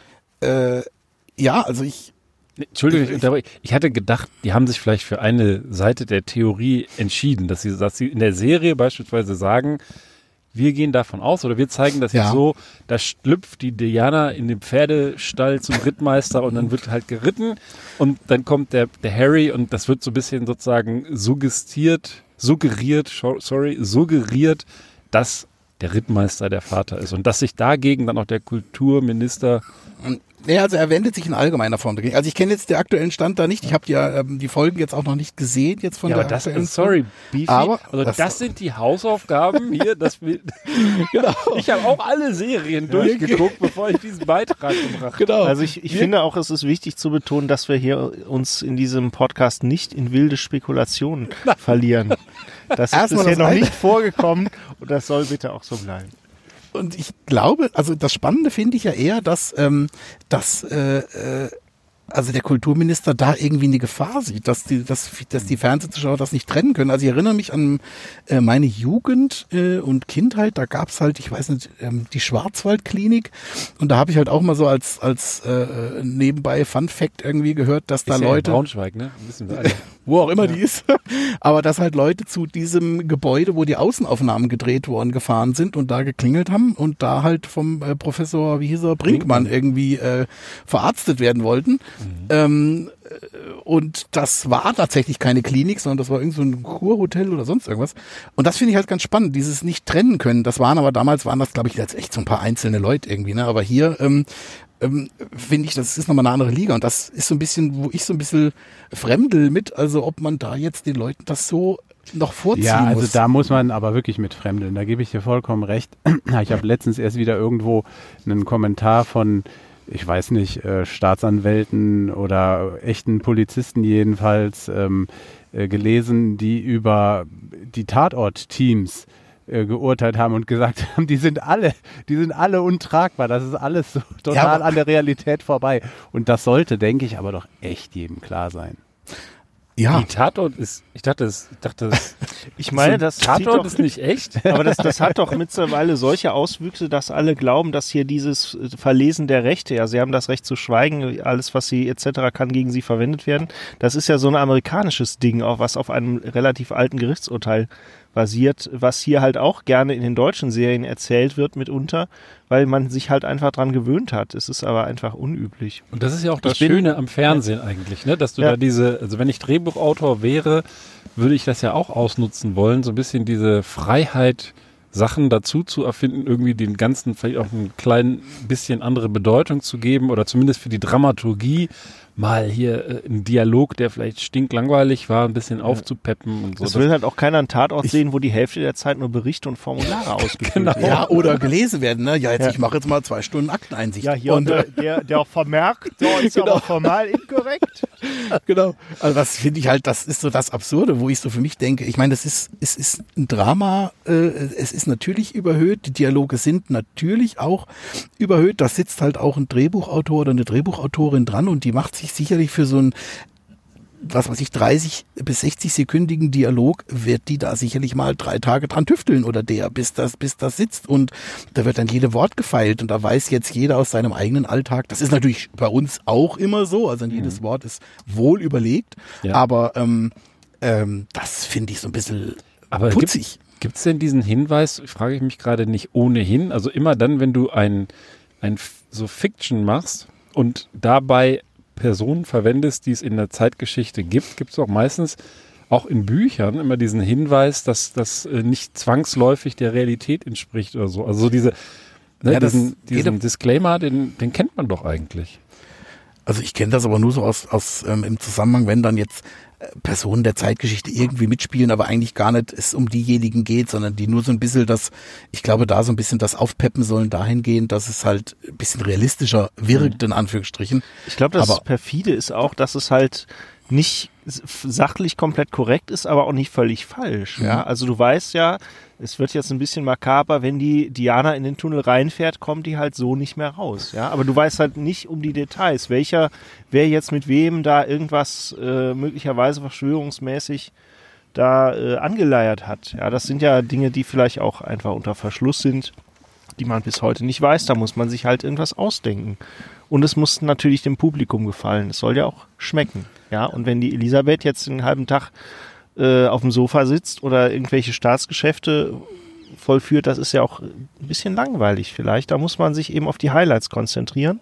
Speaker 5: äh, ja, also ich
Speaker 2: Entschuldigung, ich, ich hatte gedacht, die haben sich vielleicht für eine Seite der Theorie entschieden, dass sie, dass sie in der Serie beispielsweise sagen, wir gehen davon aus oder wir zeigen das
Speaker 5: ja.
Speaker 2: jetzt so, da schlüpft die Diana in den Pferdestall zum Rittmeister und dann wird halt geritten und dann kommt der, der Harry und das wird so ein bisschen sozusagen suggestiert, suggeriert, sorry, suggeriert, dass der Rittmeister der Vater ist und dass sich dagegen dann auch der Kulturminister...
Speaker 5: Ja, also er wendet sich in allgemeiner Form dagegen. Also ich kenne jetzt den aktuellen Stand da nicht. Ich habe ja ähm, die Folgen jetzt auch noch nicht gesehen jetzt von
Speaker 2: ja,
Speaker 5: der
Speaker 2: aber das
Speaker 5: aktuellen
Speaker 2: ist, sorry, Beefy,
Speaker 5: aber
Speaker 2: also das, das sind die Hausaufgaben hier, dass wir, genau. Ich habe auch alle Serien durchgeguckt, bevor ich diesen Beitrag gebracht habe.
Speaker 4: Genau. Also ich, ich finde auch, es ist wichtig zu betonen, dass wir hier uns in diesem Podcast nicht in wilde Spekulationen verlieren. Das ist
Speaker 5: Erstmal
Speaker 4: bisher
Speaker 5: das
Speaker 4: noch nicht vorgekommen und das soll bitte auch so bleiben.
Speaker 5: Und ich glaube, also das Spannende finde ich ja eher, dass, ähm, dass äh, äh, also der Kulturminister da irgendwie eine Gefahr sieht, dass die, dass, dass die Fernsehzuschauer das nicht trennen können. Also ich erinnere mich an äh, meine Jugend äh, und Kindheit, da gab's halt, ich weiß nicht, ähm, die Schwarzwaldklinik und da habe ich halt auch mal so als als äh, nebenbei Fun Fact irgendwie gehört, dass da
Speaker 2: ist ja
Speaker 5: Leute...
Speaker 2: in Braunschweig, ne? Wissen wir alle.
Speaker 5: Wo auch immer
Speaker 2: ja.
Speaker 5: die ist. Aber dass halt Leute zu diesem Gebäude, wo die Außenaufnahmen gedreht worden, gefahren sind und da geklingelt haben und da halt vom äh, Professor, wie hieß er, Brinkmann, Brinkmann. irgendwie äh, verarztet werden wollten. Mhm. Ähm, und das war tatsächlich keine Klinik, sondern das war irgend so ein Kurhotel oder sonst irgendwas. Und das finde ich halt ganz spannend, dieses nicht trennen können. Das waren aber damals, waren das glaube ich jetzt echt so ein paar einzelne Leute irgendwie, ne? Aber hier ähm, ähm, finde ich, das ist nochmal eine andere Liga. Und das ist so ein bisschen, wo ich so ein bisschen fremdel mit, also ob man da jetzt den Leuten das so noch vorziehen
Speaker 3: ja, also
Speaker 5: muss.
Speaker 3: da muss man aber wirklich mit fremdeln. Da gebe ich dir vollkommen recht. Ich habe letztens erst wieder irgendwo einen Kommentar von, ich weiß nicht, äh, Staatsanwälten oder echten Polizisten jedenfalls ähm, äh, gelesen, die über die Tatort-Teams äh, geurteilt haben und gesagt haben, die sind alle, die sind alle untragbar. Das ist alles so total ja, an der Realität vorbei. Und das sollte, denke ich, aber doch echt jedem klar sein.
Speaker 2: Ja. Die Tatort ist, ich dachte, das, ich dachte, das,
Speaker 4: ich meine,
Speaker 2: so
Speaker 4: das
Speaker 2: Tatort
Speaker 4: doch,
Speaker 2: ist nicht echt.
Speaker 4: Aber das, das hat doch mittlerweile solche Auswüchse, dass alle glauben, dass hier dieses Verlesen der Rechte, ja, sie haben das Recht zu schweigen, alles, was sie et cetera kann gegen sie verwendet werden. Das ist ja so ein amerikanisches Ding, auch was auf einem relativ alten Gerichtsurteil basiert, was hier halt auch gerne in den deutschen Serien erzählt wird mitunter, weil man sich halt einfach dran gewöhnt hat. Es ist aber einfach unüblich.
Speaker 2: Und das ist ja auch das ich Schöne bin, am Fernsehen ja. eigentlich, ne? Dass du ja. da diese, also wenn ich Drehbuchautor wäre, würde ich das ja auch ausnutzen wollen, so ein bisschen diese Freiheit, Sachen dazu zu erfinden, irgendwie den Ganzen vielleicht auch ein klein bisschen andere Bedeutung zu geben oder zumindest für die Dramaturgie mal hier äh, einen Dialog, der vielleicht stinklangweilig war, ein bisschen ja. aufzupeppen und so.
Speaker 4: Es will halt auch keiner einen Tatort ich sehen, wo die Hälfte der Zeit nur Berichte und Formulare ausgefüllt
Speaker 5: genau.
Speaker 4: werden.
Speaker 5: Ja, oder gelesen werden, ne? Ja, jetzt, ja. ich mache jetzt mal zwei Stunden Akteneinsicht.
Speaker 4: Ja, hier und, der, der, der auch vermerkt, so ist genau. aber formal inkorrekt.
Speaker 5: Genau. Also das finde ich halt, das ist so das Absurde, wo ich so für mich denke, ich meine, das ist, es ist ein Drama, äh, es ist natürlich überhöht, die Dialoge sind natürlich auch überhöht, da sitzt halt auch ein Drehbuchautor oder eine Drehbuchautorin dran und die macht sich sicherlich für so ein, was weiß ich, dreißig bis sechzig sekündigen Dialog wird die da sicherlich mal drei Tage dran tüfteln oder der, bis das, bis das sitzt und da wird dann jede Wort gefeilt und da weiß jetzt jeder aus seinem eigenen Alltag, das ist natürlich bei uns auch immer so, also jedes mhm. Wort ist wohl überlegt, ja. aber ähm, ähm, das finde ich so ein bisschen
Speaker 2: aber
Speaker 5: putzig.
Speaker 2: Gibt es denn diesen Hinweis, frage ich mich gerade nicht ohnehin, also immer dann, wenn du ein, ein so Fiction machst und dabei Personen verwendest, die es in der Zeitgeschichte gibt, gibt es auch meistens auch in Büchern immer diesen Hinweis, dass das äh, nicht zwangsläufig der Realität entspricht oder so. Also so diese, ne,
Speaker 5: Ja, das
Speaker 2: diesen, diesen
Speaker 5: geht-
Speaker 2: Disclaimer, den, den kennt man doch eigentlich.
Speaker 5: Also ich kenne das aber nur so aus, aus ähm, im Zusammenhang, wenn dann jetzt äh, Personen der Zeitgeschichte irgendwie mitspielen, aber eigentlich gar nicht es um diejenigen geht, sondern die nur so ein bisschen das, ich glaube, da so ein bisschen das aufpeppen sollen dahingehend, dass es halt ein bisschen realistischer wirkt, in Anführungsstrichen.
Speaker 4: Ich glaube, das
Speaker 5: Aber-
Speaker 4: perfide ist auch, dass es halt nicht s- sachlich komplett korrekt ist, aber auch nicht völlig falsch. Ja,
Speaker 5: Mhm.
Speaker 4: also du weißt ja, es wird jetzt ein bisschen makaber, wenn die Diana in den Tunnel reinfährt, kommt die halt so nicht mehr raus. Ja, aber du weißt halt nicht um die Details, welcher, wer jetzt mit wem da irgendwas äh, möglicherweise verschwörungsmäßig da äh, angeleiert hat. Ja, das sind ja Dinge, die vielleicht auch einfach unter Verschluss sind, die man bis heute nicht weiß. Da muss man sich halt irgendwas ausdenken. Und es muss natürlich dem Publikum gefallen. Es soll ja auch schmecken. Ja, und wenn die Elisabeth jetzt einen halben Tag äh, auf dem Sofa sitzt oder irgendwelche Staatsgeschäfte vollführt, das ist ja auch ein bisschen langweilig vielleicht. Da muss man sich eben auf die Highlights konzentrieren.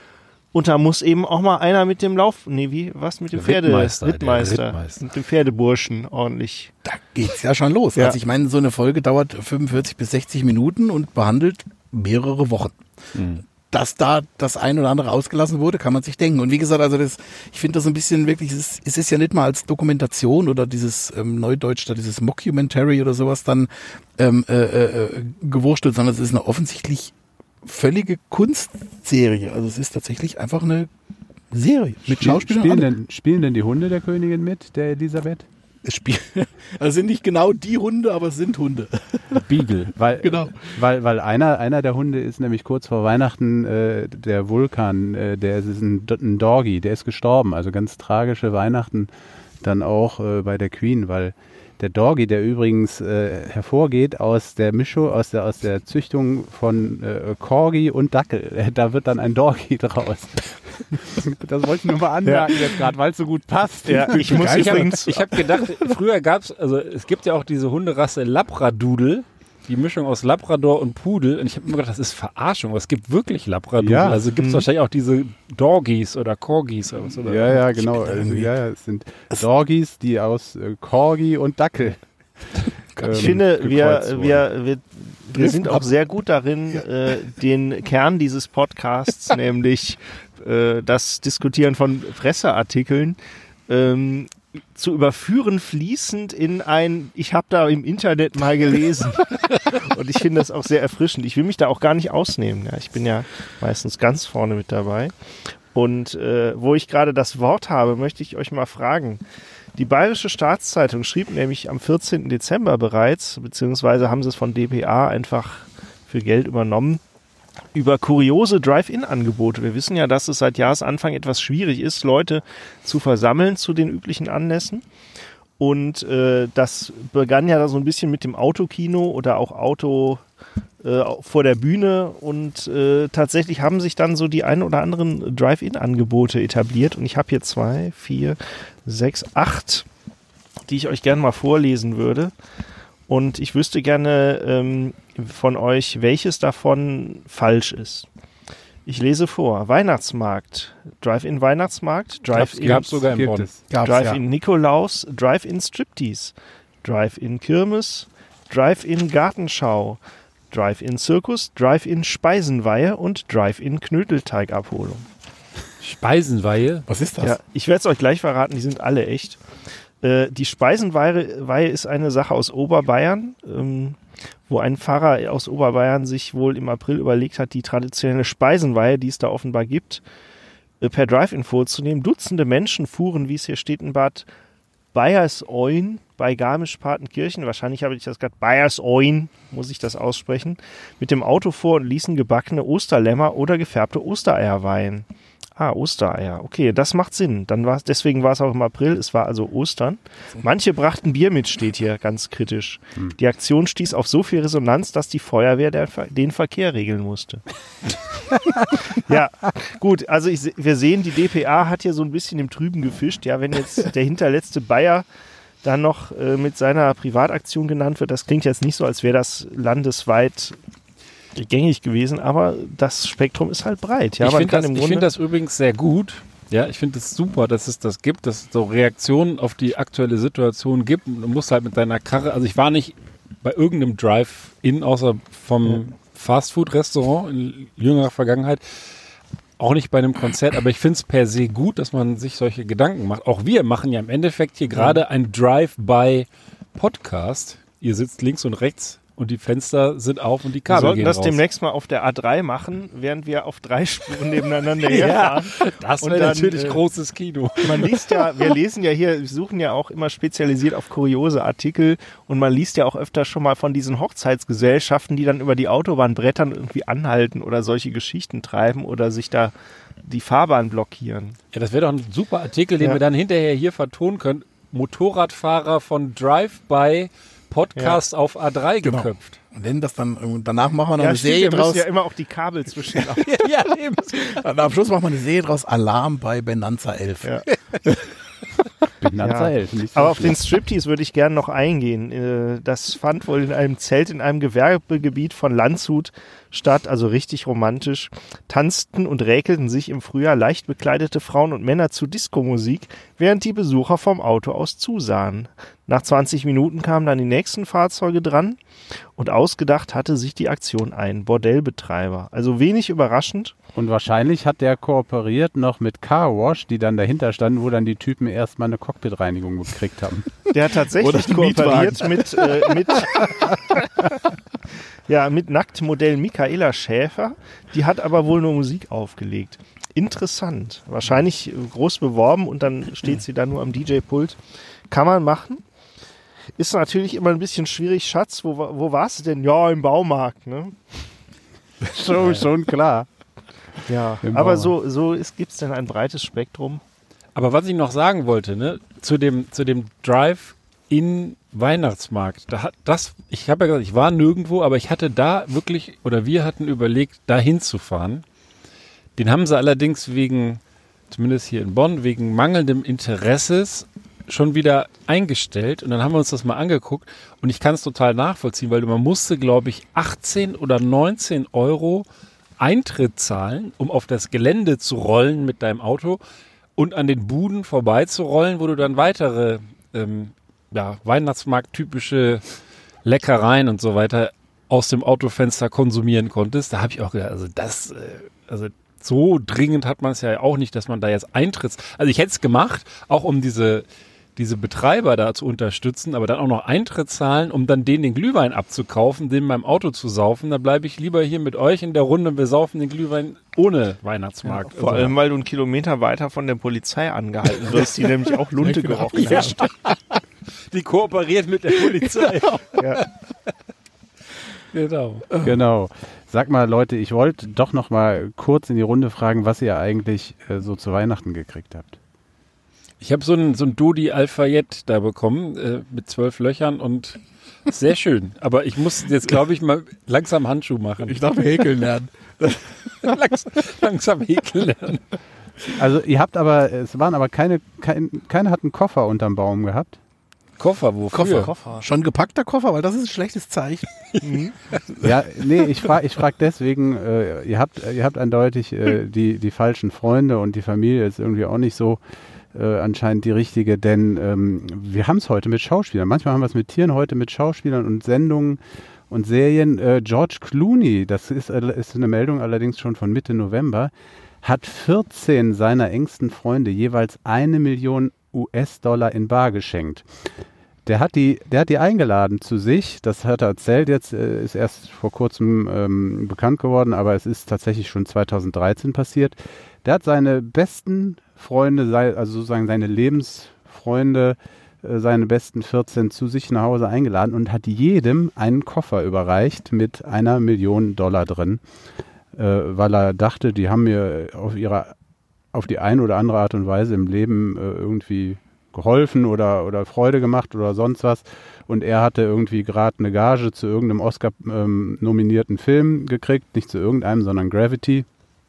Speaker 4: Und da muss eben auch mal einer mit dem Lauf, nee, wie, was mit dem Pferde,
Speaker 2: Rittmeister, der
Speaker 4: Rittmeister,
Speaker 2: Rittmeister.
Speaker 4: mit dem Pferdeburschen ordentlich.
Speaker 5: Da geht's ja schon los.
Speaker 4: Ja.
Speaker 5: Also ich meine, so eine Folge dauert fünfundvierzig bis sechzig Minuten und behandelt mehrere Wochen.
Speaker 2: Mhm.
Speaker 5: Dass da das ein oder andere ausgelassen wurde, kann man sich denken. Und wie gesagt, also das, ich finde das so ein bisschen wirklich, es ist, es ist ja nicht mal als Dokumentation oder dieses ähm, Neudeutsch, da dieses Mockumentary oder sowas dann ähm, äh, äh, gewurstelt, sondern es ist eine offensichtlich völlige Kunstserie. Also es ist tatsächlich einfach eine Serie mit
Speaker 3: Spiel,
Speaker 5: Schauspielern.
Speaker 3: spielen,
Speaker 5: und allem.
Speaker 3: denn, spielen denn die Hunde der Königin mit, der Elisabeth?
Speaker 5: Es spielen, also sind nicht genau die Hunde, aber es sind Hunde.
Speaker 3: Beagle. Weil,
Speaker 5: Genau.
Speaker 3: weil, weil einer, einer der Hunde ist nämlich kurz vor Weihnachten äh, der Vulkan, äh, der ist ein, ein Doggy, der ist gestorben. Also ganz tragische Weihnachten dann auch äh, bei der Queen, weil der Doggy, der übrigens äh, hervorgeht aus der Mischung, aus der, aus der Züchtung von äh, Corgi und Dackel. Äh, da wird dann ein Doggy draus. Das wollte ich nur mal anmerken jetzt gerade, weil es so gut passt.
Speaker 4: Ja, ich muss
Speaker 2: Ich habe
Speaker 4: übrigens,
Speaker 2: hab gedacht, früher gab es, also es gibt ja auch diese Hunderasse Labradoodle, die Mischung aus Labrador und Pudel. Und ich habe immer gedacht, das ist Verarschung, aber es gibt wirklich Labradoodle.
Speaker 3: Ja.
Speaker 2: Also gibt es wahrscheinlich auch diese Doggies oder Corgis oder was. Oder?
Speaker 3: Ja, ja, genau.
Speaker 5: bin da
Speaker 3: Also,
Speaker 5: irgendwie-
Speaker 3: ja, ja, es sind Doggies, die aus äh, Corgi und Dackel. ähm,
Speaker 4: ich finde, wir,
Speaker 3: gekreuzt wurden.
Speaker 4: wir, wir, wir sind auch sehr gut darin, äh, den Kern dieses Podcasts, nämlich äh, das Diskutieren von Presseartikeln, ähm, zu überführen fließend in ein, ich habe da im Internet mal gelesen. Und ich finde das auch sehr erfrischend. Ich will mich da auch gar nicht ausnehmen. Ja, ich bin ja meistens ganz vorne mit dabei. Und äh, wo ich gerade das Wort habe, möchte ich euch mal fragen. Die Bayerische Staatszeitung schrieb nämlich am vierzehnten Dezember bereits, beziehungsweise haben sie es von D P A einfach für Geld übernommen, über kuriose Drive-In-Angebote. Wir wissen ja, dass es seit Jahresanfang etwas schwierig ist, Leute zu versammeln zu den üblichen Anlässen. Und äh, das begann ja so ein bisschen mit dem Autokino oder auch Auto äh, vor der Bühne. Und äh, tatsächlich haben sich dann so die ein oder anderen Drive-In-Angebote etabliert. Und ich habe hier zwei, vier, sechs, acht, die ich euch gerne mal vorlesen würde. Und ich wüsste gerne ähm, von euch, welches davon falsch ist. Ich lese vor. Weihnachtsmarkt, Drive-In Weihnachtsmarkt, Drive-In
Speaker 2: Gab es sogar in
Speaker 3: Gibt
Speaker 2: Bonn.
Speaker 3: es.
Speaker 5: Gab's,
Speaker 4: Drive-In Nikolaus, Drive-In Striptease, Drive-In Kirmes, Drive-In Gartenschau, Drive-In Zirkus, Drive-In Speisenweihe und Drive-In Knödelteigabholung.
Speaker 2: Speisenweihe.
Speaker 5: Was ist das?
Speaker 4: Ja, ich werde es euch gleich verraten, die sind alle echt. Äh, die Speisenweihe Weihe ist eine Sache aus Oberbayern, ähm, wo ein Pfarrer aus Oberbayern sich wohl im April überlegt hat, die traditionelle Speisenweihe, die es da offenbar gibt, äh, per Drive-In vorzunehmen. Dutzende Menschen fuhren, wie es hier steht in Bad Bayersoin bei Garmisch-Partenkirchen, wahrscheinlich habe ich das gerade, Bayersoin, muss ich das aussprechen, mit dem Auto vor und ließen gebackene Osterlämmer oder gefärbte Ostereier weihen. Ah, Ostereier. Okay, das macht Sinn. Dann war's, deswegen war es auch im April. Es war also Ostern. Manche brachten Bier mit, steht hier ganz kritisch. Die Aktion stieß auf so viel Resonanz, dass die Feuerwehr der, den Verkehr regeln musste. Ja, gut. Also ich, wir sehen, die D P A hat hier so ein bisschen im Trüben gefischt. Ja, wenn jetzt der hinterletzte Bayer dann noch äh, mit seiner Privataktion genannt wird, das klingt jetzt nicht so, als wäre das landesweit gängig gewesen, aber das Spektrum ist halt breit. Ja,
Speaker 2: ich
Speaker 4: man
Speaker 2: finde
Speaker 4: kann
Speaker 2: das,
Speaker 4: im
Speaker 2: ich
Speaker 4: Grunde
Speaker 2: find das übrigens sehr gut, Ja, ich finde es super, dass es das gibt, dass es so Reaktionen auf die aktuelle Situation gibt. Du musst halt mit deiner Karre, also ich war nicht bei irgendeinem Drive-In, außer vom ja. Fastfood-Restaurant in jüngerer Vergangenheit, auch nicht bei einem Konzert, aber ich finde es per se gut, dass man sich solche Gedanken macht. Auch wir machen ja im Endeffekt hier gerade ja. ein Drive-by-Podcast. Ihr sitzt links und rechts und die Fenster sind auf und die Kabel
Speaker 4: Wir sollten
Speaker 2: gehen
Speaker 4: das
Speaker 2: raus.
Speaker 4: Demnächst mal auf der A drei machen, während wir auf drei Spuren nebeneinander herfahren.
Speaker 2: Ja, das wäre natürlich
Speaker 4: äh,
Speaker 2: großes Kino.
Speaker 4: Man liest ja, wir lesen ja hier, wir suchen ja auch immer spezialisiert auf kuriose Artikel und man liest ja auch öfter schon mal von diesen Hochzeitsgesellschaften, die dann über die Autobahn brettern, irgendwie anhalten oder solche Geschichten treiben oder sich da die Fahrbahn blockieren.
Speaker 2: Ja, das wäre doch ein super Artikel, den
Speaker 4: ja.
Speaker 2: wir dann hinterher hier vertonen können. Motorradfahrer von Drive-by Podcast ja. auf A drei
Speaker 5: genau.
Speaker 2: geköpft.
Speaker 5: Und wenn das dann, danach machen wir noch
Speaker 4: ja,
Speaker 5: eine
Speaker 4: stimmt,
Speaker 5: Serie
Speaker 4: wir
Speaker 5: draus.
Speaker 4: müssen ja immer auch die Kabel zwischen.
Speaker 2: ja, eben.
Speaker 5: Und am Schluss machen wir eine Serie draus, Alarm bei Benanza elf.
Speaker 4: Ja.
Speaker 3: Benanza
Speaker 4: Ja.
Speaker 3: elf. Nicht so
Speaker 4: Aber auf
Speaker 3: schlecht.
Speaker 4: den Striptease würde ich gerne noch eingehen. Das fand wohl in einem Zelt in einem Gewerbegebiet von Landshut statt, also richtig romantisch. Tanzten und räkelten sich im Frühjahr leicht bekleidete Frauen und Männer zu Disco-Musik, während die Besucher vom Auto aus zusahen. Nach zwanzig Minuten kamen dann die nächsten Fahrzeuge dran und ausgedacht hatte sich die Aktion ein Bordellbetreiber. Also wenig überraschend.
Speaker 3: Und wahrscheinlich hat der kooperiert noch mit Car Wash, die dann dahinter standen, wo dann die Typen erstmal eine Cockpitreinigung gekriegt haben.
Speaker 4: Der hat tatsächlich kooperiert mit, äh, mit, ja, mit Nacktmodell Michaela Schäfer. Die hat aber wohl nur Musik aufgelegt. Interessant. Wahrscheinlich groß beworben und dann steht sie da nur am D J-Pult. Kann man machen. Ist natürlich immer ein bisschen schwierig. Schatz, wo, wo warst du denn? Ja, im Baumarkt, ne?
Speaker 3: schon, schon klar.
Speaker 4: Ja,
Speaker 3: Im
Speaker 4: aber
Speaker 3: Baumarkt.
Speaker 4: so, so gibt es denn ein breites Spektrum.
Speaker 2: Aber was ich noch sagen wollte, ne, zu dem, zu dem Drive-in-Weihnachtsmarkt, da hat das, ich habe ja gesagt, ich war nirgendwo, aber ich hatte da wirklich, oder wir hatten überlegt, da hinzufahren. Den haben sie allerdings wegen, zumindest hier in Bonn, wegen mangelndem Interesses schon wieder eingestellt. Und dann haben wir uns das mal angeguckt und ich kann es total nachvollziehen, weil man musste, glaube ich, achtzehn oder neunzehn Euro Eintritt zahlen, um auf das Gelände zu rollen mit deinem Auto und an den Buden vorbeizurollen, wo du dann weitere ähm, ja, Weihnachtsmarkt-typische Leckereien und so weiter aus dem Autofenster konsumieren konntest. Da habe ich auch gedacht, also das, äh, also so dringend hat man es ja auch nicht, dass man da jetzt Eintritts... Also ich hätte es gemacht, auch um diese, diese Betreiber da zu unterstützen, aber dann auch noch Eintritt zahlen, um dann denen den Glühwein abzukaufen, den in meinem Auto zu saufen. Da bleibe ich lieber hier mit euch in der Runde und wir saufen den Glühwein ohne Weihnachtsmarkt.
Speaker 4: Vor
Speaker 2: also,
Speaker 4: allem, weil du einen Kilometer weiter von der Polizei angehalten wirst, die nämlich auch Lunte gerochen
Speaker 2: ja,
Speaker 4: hat.
Speaker 2: die kooperiert mit der Polizei.
Speaker 4: Ja.
Speaker 2: Genau.
Speaker 3: Genau. Sag mal, Leute, ich wollte doch noch mal kurz in die Runde fragen, was ihr eigentlich äh, so zu Weihnachten gekriegt habt.
Speaker 2: Ich habe so ein, so ein Dodi Alphayette da bekommen, äh, mit zwölf Löchern und sehr schön. Aber ich muss jetzt, glaube ich, mal langsam Handschuh machen.
Speaker 5: Ich darf häkeln lernen.
Speaker 2: langsam, langsam häkeln lernen.
Speaker 3: Also ihr habt aber, es waren aber keine, kein, keiner hat einen Koffer unterm Baum gehabt.
Speaker 2: Koffer, wofür?
Speaker 5: Koffer. Koffer. Schon gepackter Koffer, weil das ist ein schlechtes Zeichen.
Speaker 3: Ja, nee, ich frage ich frag deswegen, äh, ihr habt ihr habt eindeutig äh, die, die falschen Freunde und die Familie ist irgendwie auch nicht so äh, anscheinend die richtige, denn ähm, wir haben es heute mit Schauspielern. Manchmal haben wir es mit Tieren, heute mit Schauspielern und Sendungen und Serien. Äh, George Clooney, das ist, äh, ist eine Meldung allerdings schon von Mitte November, hat vierzehn seiner engsten Freunde jeweils eine Million U S-Dollar in bar geschenkt. Der hat die, der hat die eingeladen zu sich, das hat er erzählt, jetzt äh, ist erst vor kurzem ähm, bekannt geworden, aber es ist tatsächlich schon zweitausenddreizehn passiert. Der hat seine besten Freunde, sei, also sozusagen seine Lebensfreunde, äh, seine besten vierzehn zu sich nach Hause eingeladen und hat jedem einen Koffer überreicht mit einer Million Dollar drin, äh, weil er dachte, die haben mir auf ihrer auf die eine oder andere Art und Weise im Leben äh, irgendwie geholfen oder, oder Freude gemacht oder sonst was. Und er hatte irgendwie gerade eine Gage zu irgendeinem Oscar-nominierten ähm, Film gekriegt, nicht zu irgendeinem, sondern Gravity.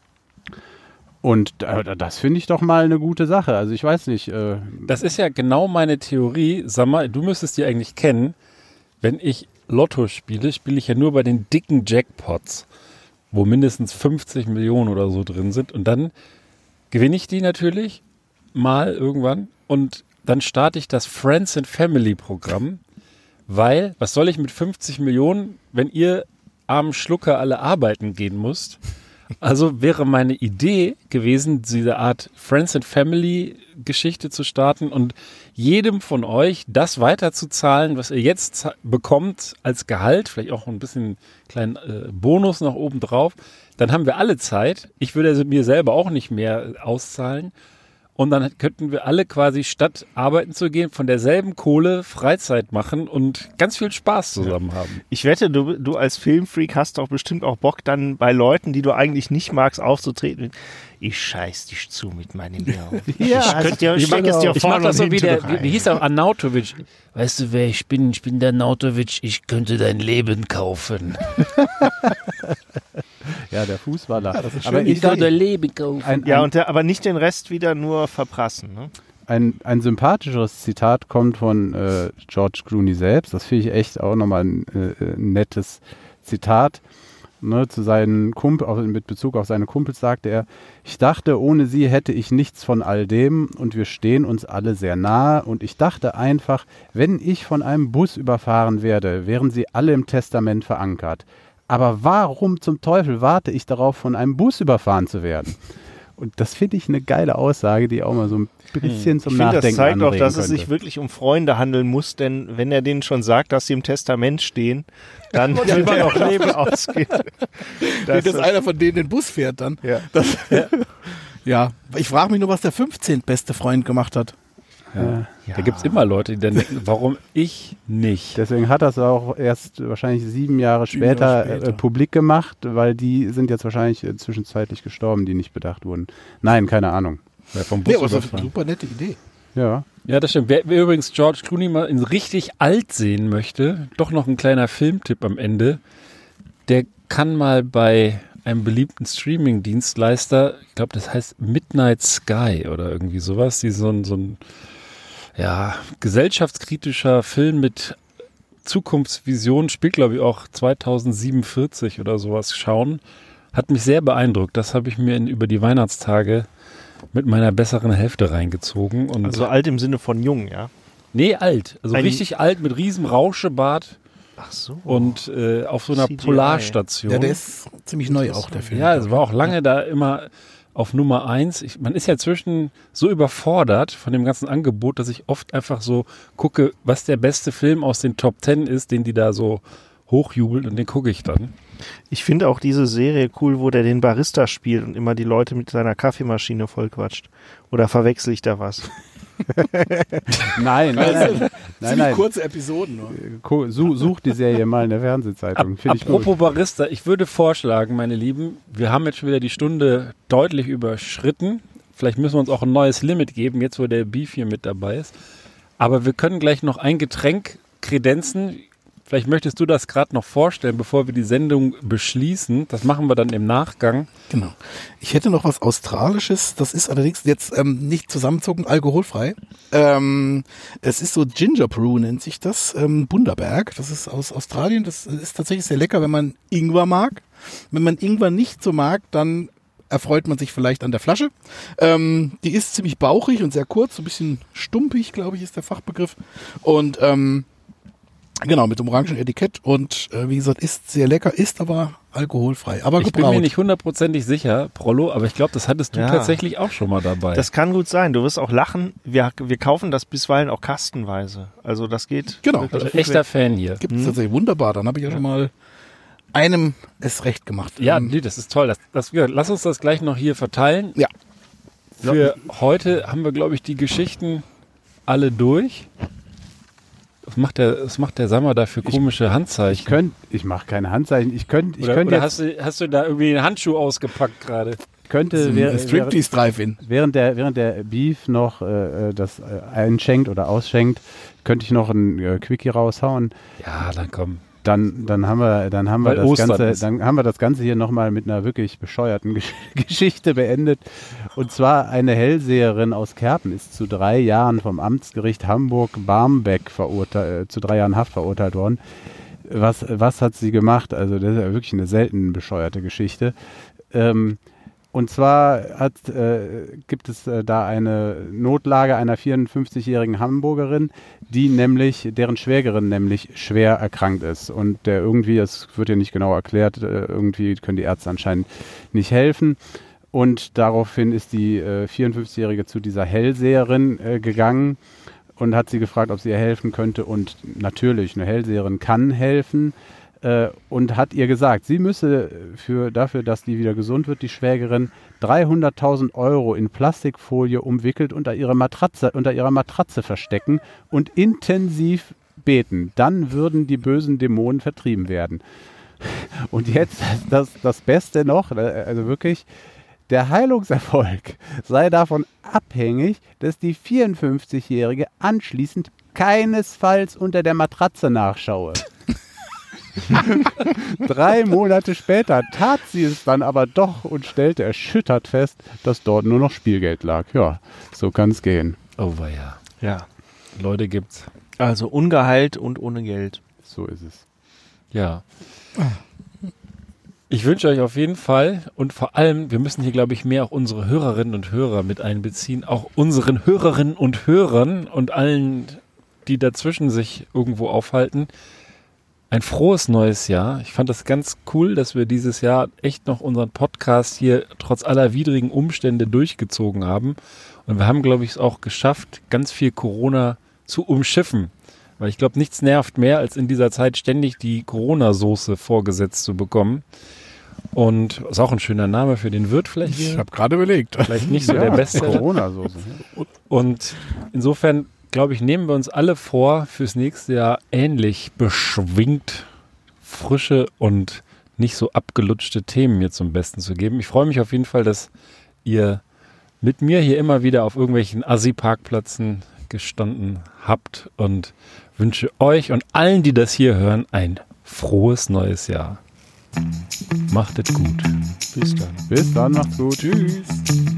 Speaker 3: Und äh, das finde ich doch mal eine gute Sache. Also ich weiß nicht. Äh,
Speaker 2: das ist ja genau meine Theorie. Sag mal, du müsstest die eigentlich kennen. Wenn ich Lotto spiele, spiele ich ja nur bei den dicken Jackpots, wo mindestens fünfzig Millionen oder so drin sind. Und dann gewinne ich die natürlich mal irgendwann und dann starte ich das Friends and Family Programm, weil, was soll ich mit fünfzig Millionen, wenn ihr armen Schlucker alle arbeiten gehen müsst? Also wäre meine Idee gewesen, diese Art Friends and Family Geschichte zu starten und jedem von euch das weiterzuzahlen, was ihr jetzt bekommt als Gehalt, vielleicht auch ein bisschen kleinen äh, Bonus noch oben drauf. Dann haben wir alle Zeit. Ich würde also mir selber auch nicht mehr auszahlen. Und dann könnten wir alle quasi, statt arbeiten zu gehen, von derselben Kohle Freizeit machen und ganz viel Spaß zusammen haben.
Speaker 4: Ich wette, du, du als Filmfreak hast doch bestimmt auch Bock, dann bei Leuten, die du eigentlich nicht magst, aufzutreten. Ich scheiß dich zu mit meinem Jahr.
Speaker 2: Ja,
Speaker 4: ich, dir,
Speaker 2: ich,
Speaker 4: steck es dir
Speaker 2: ich
Speaker 4: vorne
Speaker 2: mach das
Speaker 4: und
Speaker 2: so wie
Speaker 4: hinten
Speaker 2: der,
Speaker 4: rein.
Speaker 2: wie, wie hieß er, Arnautovic. Weißt du, wer ich bin? Ich bin der Arnautovic. Ich könnte dein Leben kaufen.
Speaker 3: Ja, der Fußballer.
Speaker 5: Ja, das ist schön.
Speaker 3: Aber ich
Speaker 2: Ich könnte
Speaker 3: sag,
Speaker 2: Leben kaufen.
Speaker 3: ein,
Speaker 4: Ja,
Speaker 3: ein,
Speaker 4: und der, aber nicht den Rest wieder nur verprassen. Ne?
Speaker 3: ein, ein sympathischeres Zitat kommt von äh, George Clooney selbst. Das finde ich echt auch nochmal ein äh, nettes Zitat. Ne, zu seinen Kumpel, auch mit Bezug auf seine Kumpels sagte er, ich dachte, ohne sie hätte ich nichts von all dem und wir stehen uns alle sehr nahe und ich dachte einfach, wenn ich von einem Bus überfahren werde, wären sie alle im Testament verankert. Aber warum zum Teufel warte ich darauf, von einem Bus überfahren zu werden? Und das finde ich eine geile Aussage, die auch mal so ein bisschen zum
Speaker 4: Ich finde,
Speaker 3: Nachdenken
Speaker 4: das zeigt auch,
Speaker 3: anregen
Speaker 4: dass es
Speaker 3: könnte.
Speaker 4: sich wirklich um Freunde handeln muss, denn wenn er denen schon sagt, dass sie im Testament stehen, dann wird er auch Leben ausgehen.
Speaker 5: Das dass einer von denen den Bus fährt dann.
Speaker 4: Ja.
Speaker 5: Das, ja. ja, ich frage mich nur, was der fünfzehntbeste Freund gemacht hat.
Speaker 3: Ja.
Speaker 2: Da gibt es immer Leute, die dann denken, warum ich nicht?
Speaker 3: Deswegen hat er es auch erst wahrscheinlich sieben Jahre später,
Speaker 5: Jahre später.
Speaker 3: Äh, publik gemacht, weil die sind jetzt wahrscheinlich äh, zwischenzeitlich gestorben, die nicht bedacht wurden. Nein, keine Ahnung.
Speaker 2: Ja, vom
Speaker 5: Nee,
Speaker 2: Bus
Speaker 5: aber das ist eine
Speaker 2: überfahren.
Speaker 5: super nette Idee.
Speaker 3: Ja.
Speaker 2: Ja, das stimmt. Wer, wer übrigens George Clooney mal in richtig alt sehen möchte, doch noch ein kleiner Filmtipp am Ende, der kann mal bei einem beliebten Streaming-Dienstleister, ich glaube, das heißt Midnight Sky oder irgendwie sowas, die so ein, so ein ja, gesellschaftskritischer Film mit Zukunftsvision, spielt glaube ich auch zweitausendsiebenundvierzig oder sowas, schauen. Hat mich sehr beeindruckt. Das habe ich mir in, über die Weihnachtstage mit meiner besseren Hälfte reingezogen. Und
Speaker 4: Also alt im Sinne von jung, ja?
Speaker 2: nee, alt. Also
Speaker 4: Ein-
Speaker 2: richtig alt mit riesem Rauschebart
Speaker 4: Ach so.
Speaker 2: und äh, auf so einer
Speaker 4: C G I.
Speaker 2: Polarstation.
Speaker 5: Ja, der ist ziemlich neu auch, der Film.
Speaker 2: Ja, es war auch lange da immer auf Nummer eins. Ich, man ist ja zwischen so überfordert von dem ganzen Angebot, dass ich oft einfach so gucke, was der beste Film aus den Top Ten ist, den die da so hochjubelt und den gucke ich dann.
Speaker 4: Ich finde auch diese Serie cool, wo der den Barista spielt und immer die Leute mit seiner Kaffeemaschine vollquatscht. Oder verwechsel ich da was?
Speaker 3: Nein, nein, nein. nein,
Speaker 5: Ziemlich
Speaker 3: nein.
Speaker 5: kurze Episoden nur.
Speaker 3: Ko- Such, such die Serie mal in der
Speaker 2: Ab,
Speaker 3: Fernsehzeitung. Finde ich gut.
Speaker 2: apropos Barista, ich würde vorschlagen, meine Lieben, wir haben jetzt schon wieder die Stunde deutlich überschritten. Vielleicht müssen wir uns auch ein neues Limit geben, jetzt wo der Beef hier mit dabei ist. Aber wir können gleich noch ein Getränk kredenzen. Vielleicht möchtest du das gerade noch vorstellen, bevor wir die Sendung beschließen. Das machen wir dann im Nachgang.
Speaker 5: Genau. Ich hätte noch was Australisches, das ist allerdings jetzt ähm, nicht zusammenzogen, alkoholfrei. Ähm, es ist so Ginger Brew nennt sich das, ähm, Bundaberg. Das ist aus Australien, das ist tatsächlich sehr lecker, wenn man Ingwer mag. Wenn man Ingwer nicht so mag, dann erfreut man sich vielleicht an der Flasche. Ähm, die ist ziemlich bauchig und sehr kurz, so ein bisschen stumpig, glaube ich, ist der Fachbegriff. Und ähm, genau, mit dem orangen Etikett und äh, wie gesagt, ist sehr lecker, ist aber alkoholfrei, aber
Speaker 2: Ich bin
Speaker 5: gebraut.
Speaker 2: mir nicht hundertprozentig sicher, Prollo, aber ich glaube, das hattest du
Speaker 4: Ja.
Speaker 2: tatsächlich auch schon mal dabei.
Speaker 4: Das kann gut sein. Du wirst auch lachen. Wir, wir kaufen das bisweilen auch kastenweise. Also das geht.
Speaker 5: Genau.
Speaker 4: wirklich
Speaker 2: also
Speaker 4: gut
Speaker 2: echter Fan hier.
Speaker 5: Gibt es tatsächlich wunderbar. Dann habe ich ja schon mal einem es recht gemacht.
Speaker 2: Ja,
Speaker 5: Ähm,
Speaker 2: nee, das ist toll. Das, das, lass uns das gleich noch hier verteilen.
Speaker 5: Ja.
Speaker 2: Für heute haben wir, glaube ich, die Geschichten alle durch. Was macht der, was macht der Sammer da für komische Handzeichen?
Speaker 3: Ich könnte, ich mache keine Handzeichen. Ich könnte, ich
Speaker 2: oder
Speaker 3: könnte
Speaker 2: oder
Speaker 3: jetzt,
Speaker 2: hast, du, hast du da irgendwie einen Handschuh ausgepackt gerade?
Speaker 3: könnte
Speaker 5: ein
Speaker 3: wäre- wäre-
Speaker 5: Striptease Drive-In.
Speaker 3: während der während der Beef noch äh, das äh, einschenkt oder ausschenkt, könnte ich noch ein äh, Quickie raushauen.
Speaker 2: Ja, dann komm.
Speaker 3: Dann, dann haben wir, dann haben wir
Speaker 2: Weil
Speaker 3: das
Speaker 2: Ostern
Speaker 3: Ganze,
Speaker 2: ist.
Speaker 3: dann haben wir das Ganze hier nochmal mit einer wirklich bescheuerten Gesch Geschichte beendet. Und zwar eine Hellseherin aus Kerpen ist zu drei Jahren vom Amtsgericht Hamburg-Barmbek verurteilt, äh, zu drei Jahren Haft verurteilt worden. Was, was hat sie gemacht? Also das ist ja wirklich eine selten bescheuerte Geschichte. Ähm, Und zwar hat, äh, gibt es äh, da eine Notlage einer vierundfünfzigjährigen Hamburgerin, die nämlich, deren Schwägerin nämlich schwer erkrankt ist. Und der irgendwie, das wird ja nicht genau erklärt, äh, irgendwie können die Ärzte anscheinend nicht helfen. Und daraufhin ist die äh, vierundfünfzigjährige zu dieser Hellseherin äh, gegangen und hat sie gefragt, ob sie ihr helfen könnte. Und natürlich, eine Hellseherin kann helfen. Äh, und hat ihr gesagt, sie müsse für, dafür, dass die wieder gesund wird, die Schwägerin, dreihunderttausend Euro in Plastikfolie umwickelt unter ihre Matratze, unter ihrer Matratze verstecken und intensiv beten. Dann würden die bösen Dämonen vertrieben werden. Und jetzt das, das Beste noch, also wirklich, der Heilungserfolg sei davon abhängig, dass die vierundfünfzigjährige anschließend keinesfalls unter der Matratze nachschaue. Drei Monate später tat sie es dann aber doch und stellte erschüttert fest, dass dort nur noch Spielgeld lag. Ja, so kann es gehen.
Speaker 2: Oh weia.
Speaker 4: Ja.
Speaker 2: Leute gibt's.
Speaker 4: Also ungeheilt und ohne Geld.
Speaker 3: So ist es.
Speaker 2: Ja. Ich wünsche euch auf jeden Fall und vor allem, wir müssen hier, glaube ich, mehr auch unsere Hörerinnen und Hörer mit einbeziehen, auch unseren Hörerinnen und Hörern und allen, die dazwischen sich irgendwo aufhalten, ein frohes neues Jahr. Ich fand das ganz cool, dass wir dieses Jahr echt noch unseren Podcast hier trotz aller widrigen Umstände durchgezogen haben. Und wir haben, glaube ich, es auch geschafft, ganz viel Corona zu umschiffen. Weil ich glaube, nichts nervt mehr, als in dieser Zeit ständig die Corona-Soße vorgesetzt zu bekommen. Und ist auch ein schöner Name für den Wirt vielleicht.
Speaker 5: Ich habe gerade überlegt.
Speaker 2: Vielleicht nicht so
Speaker 3: Ja,
Speaker 2: der beste.
Speaker 3: Corona-Soße.
Speaker 2: Und insofern, glaube ich, nehmen wir uns alle vor, fürs nächste Jahr ähnlich beschwingt, frische und nicht so abgelutschte Themen hier zum Besten zu geben. Ich freue mich auf jeden Fall, dass ihr mit mir hier immer wieder auf irgendwelchen Assi-Parkplätzen gestanden habt und wünsche euch und allen, die das hier hören, ein frohes neues Jahr. Macht es gut. Bis dann.
Speaker 3: Bis dann, macht's gut.
Speaker 2: Tschüss.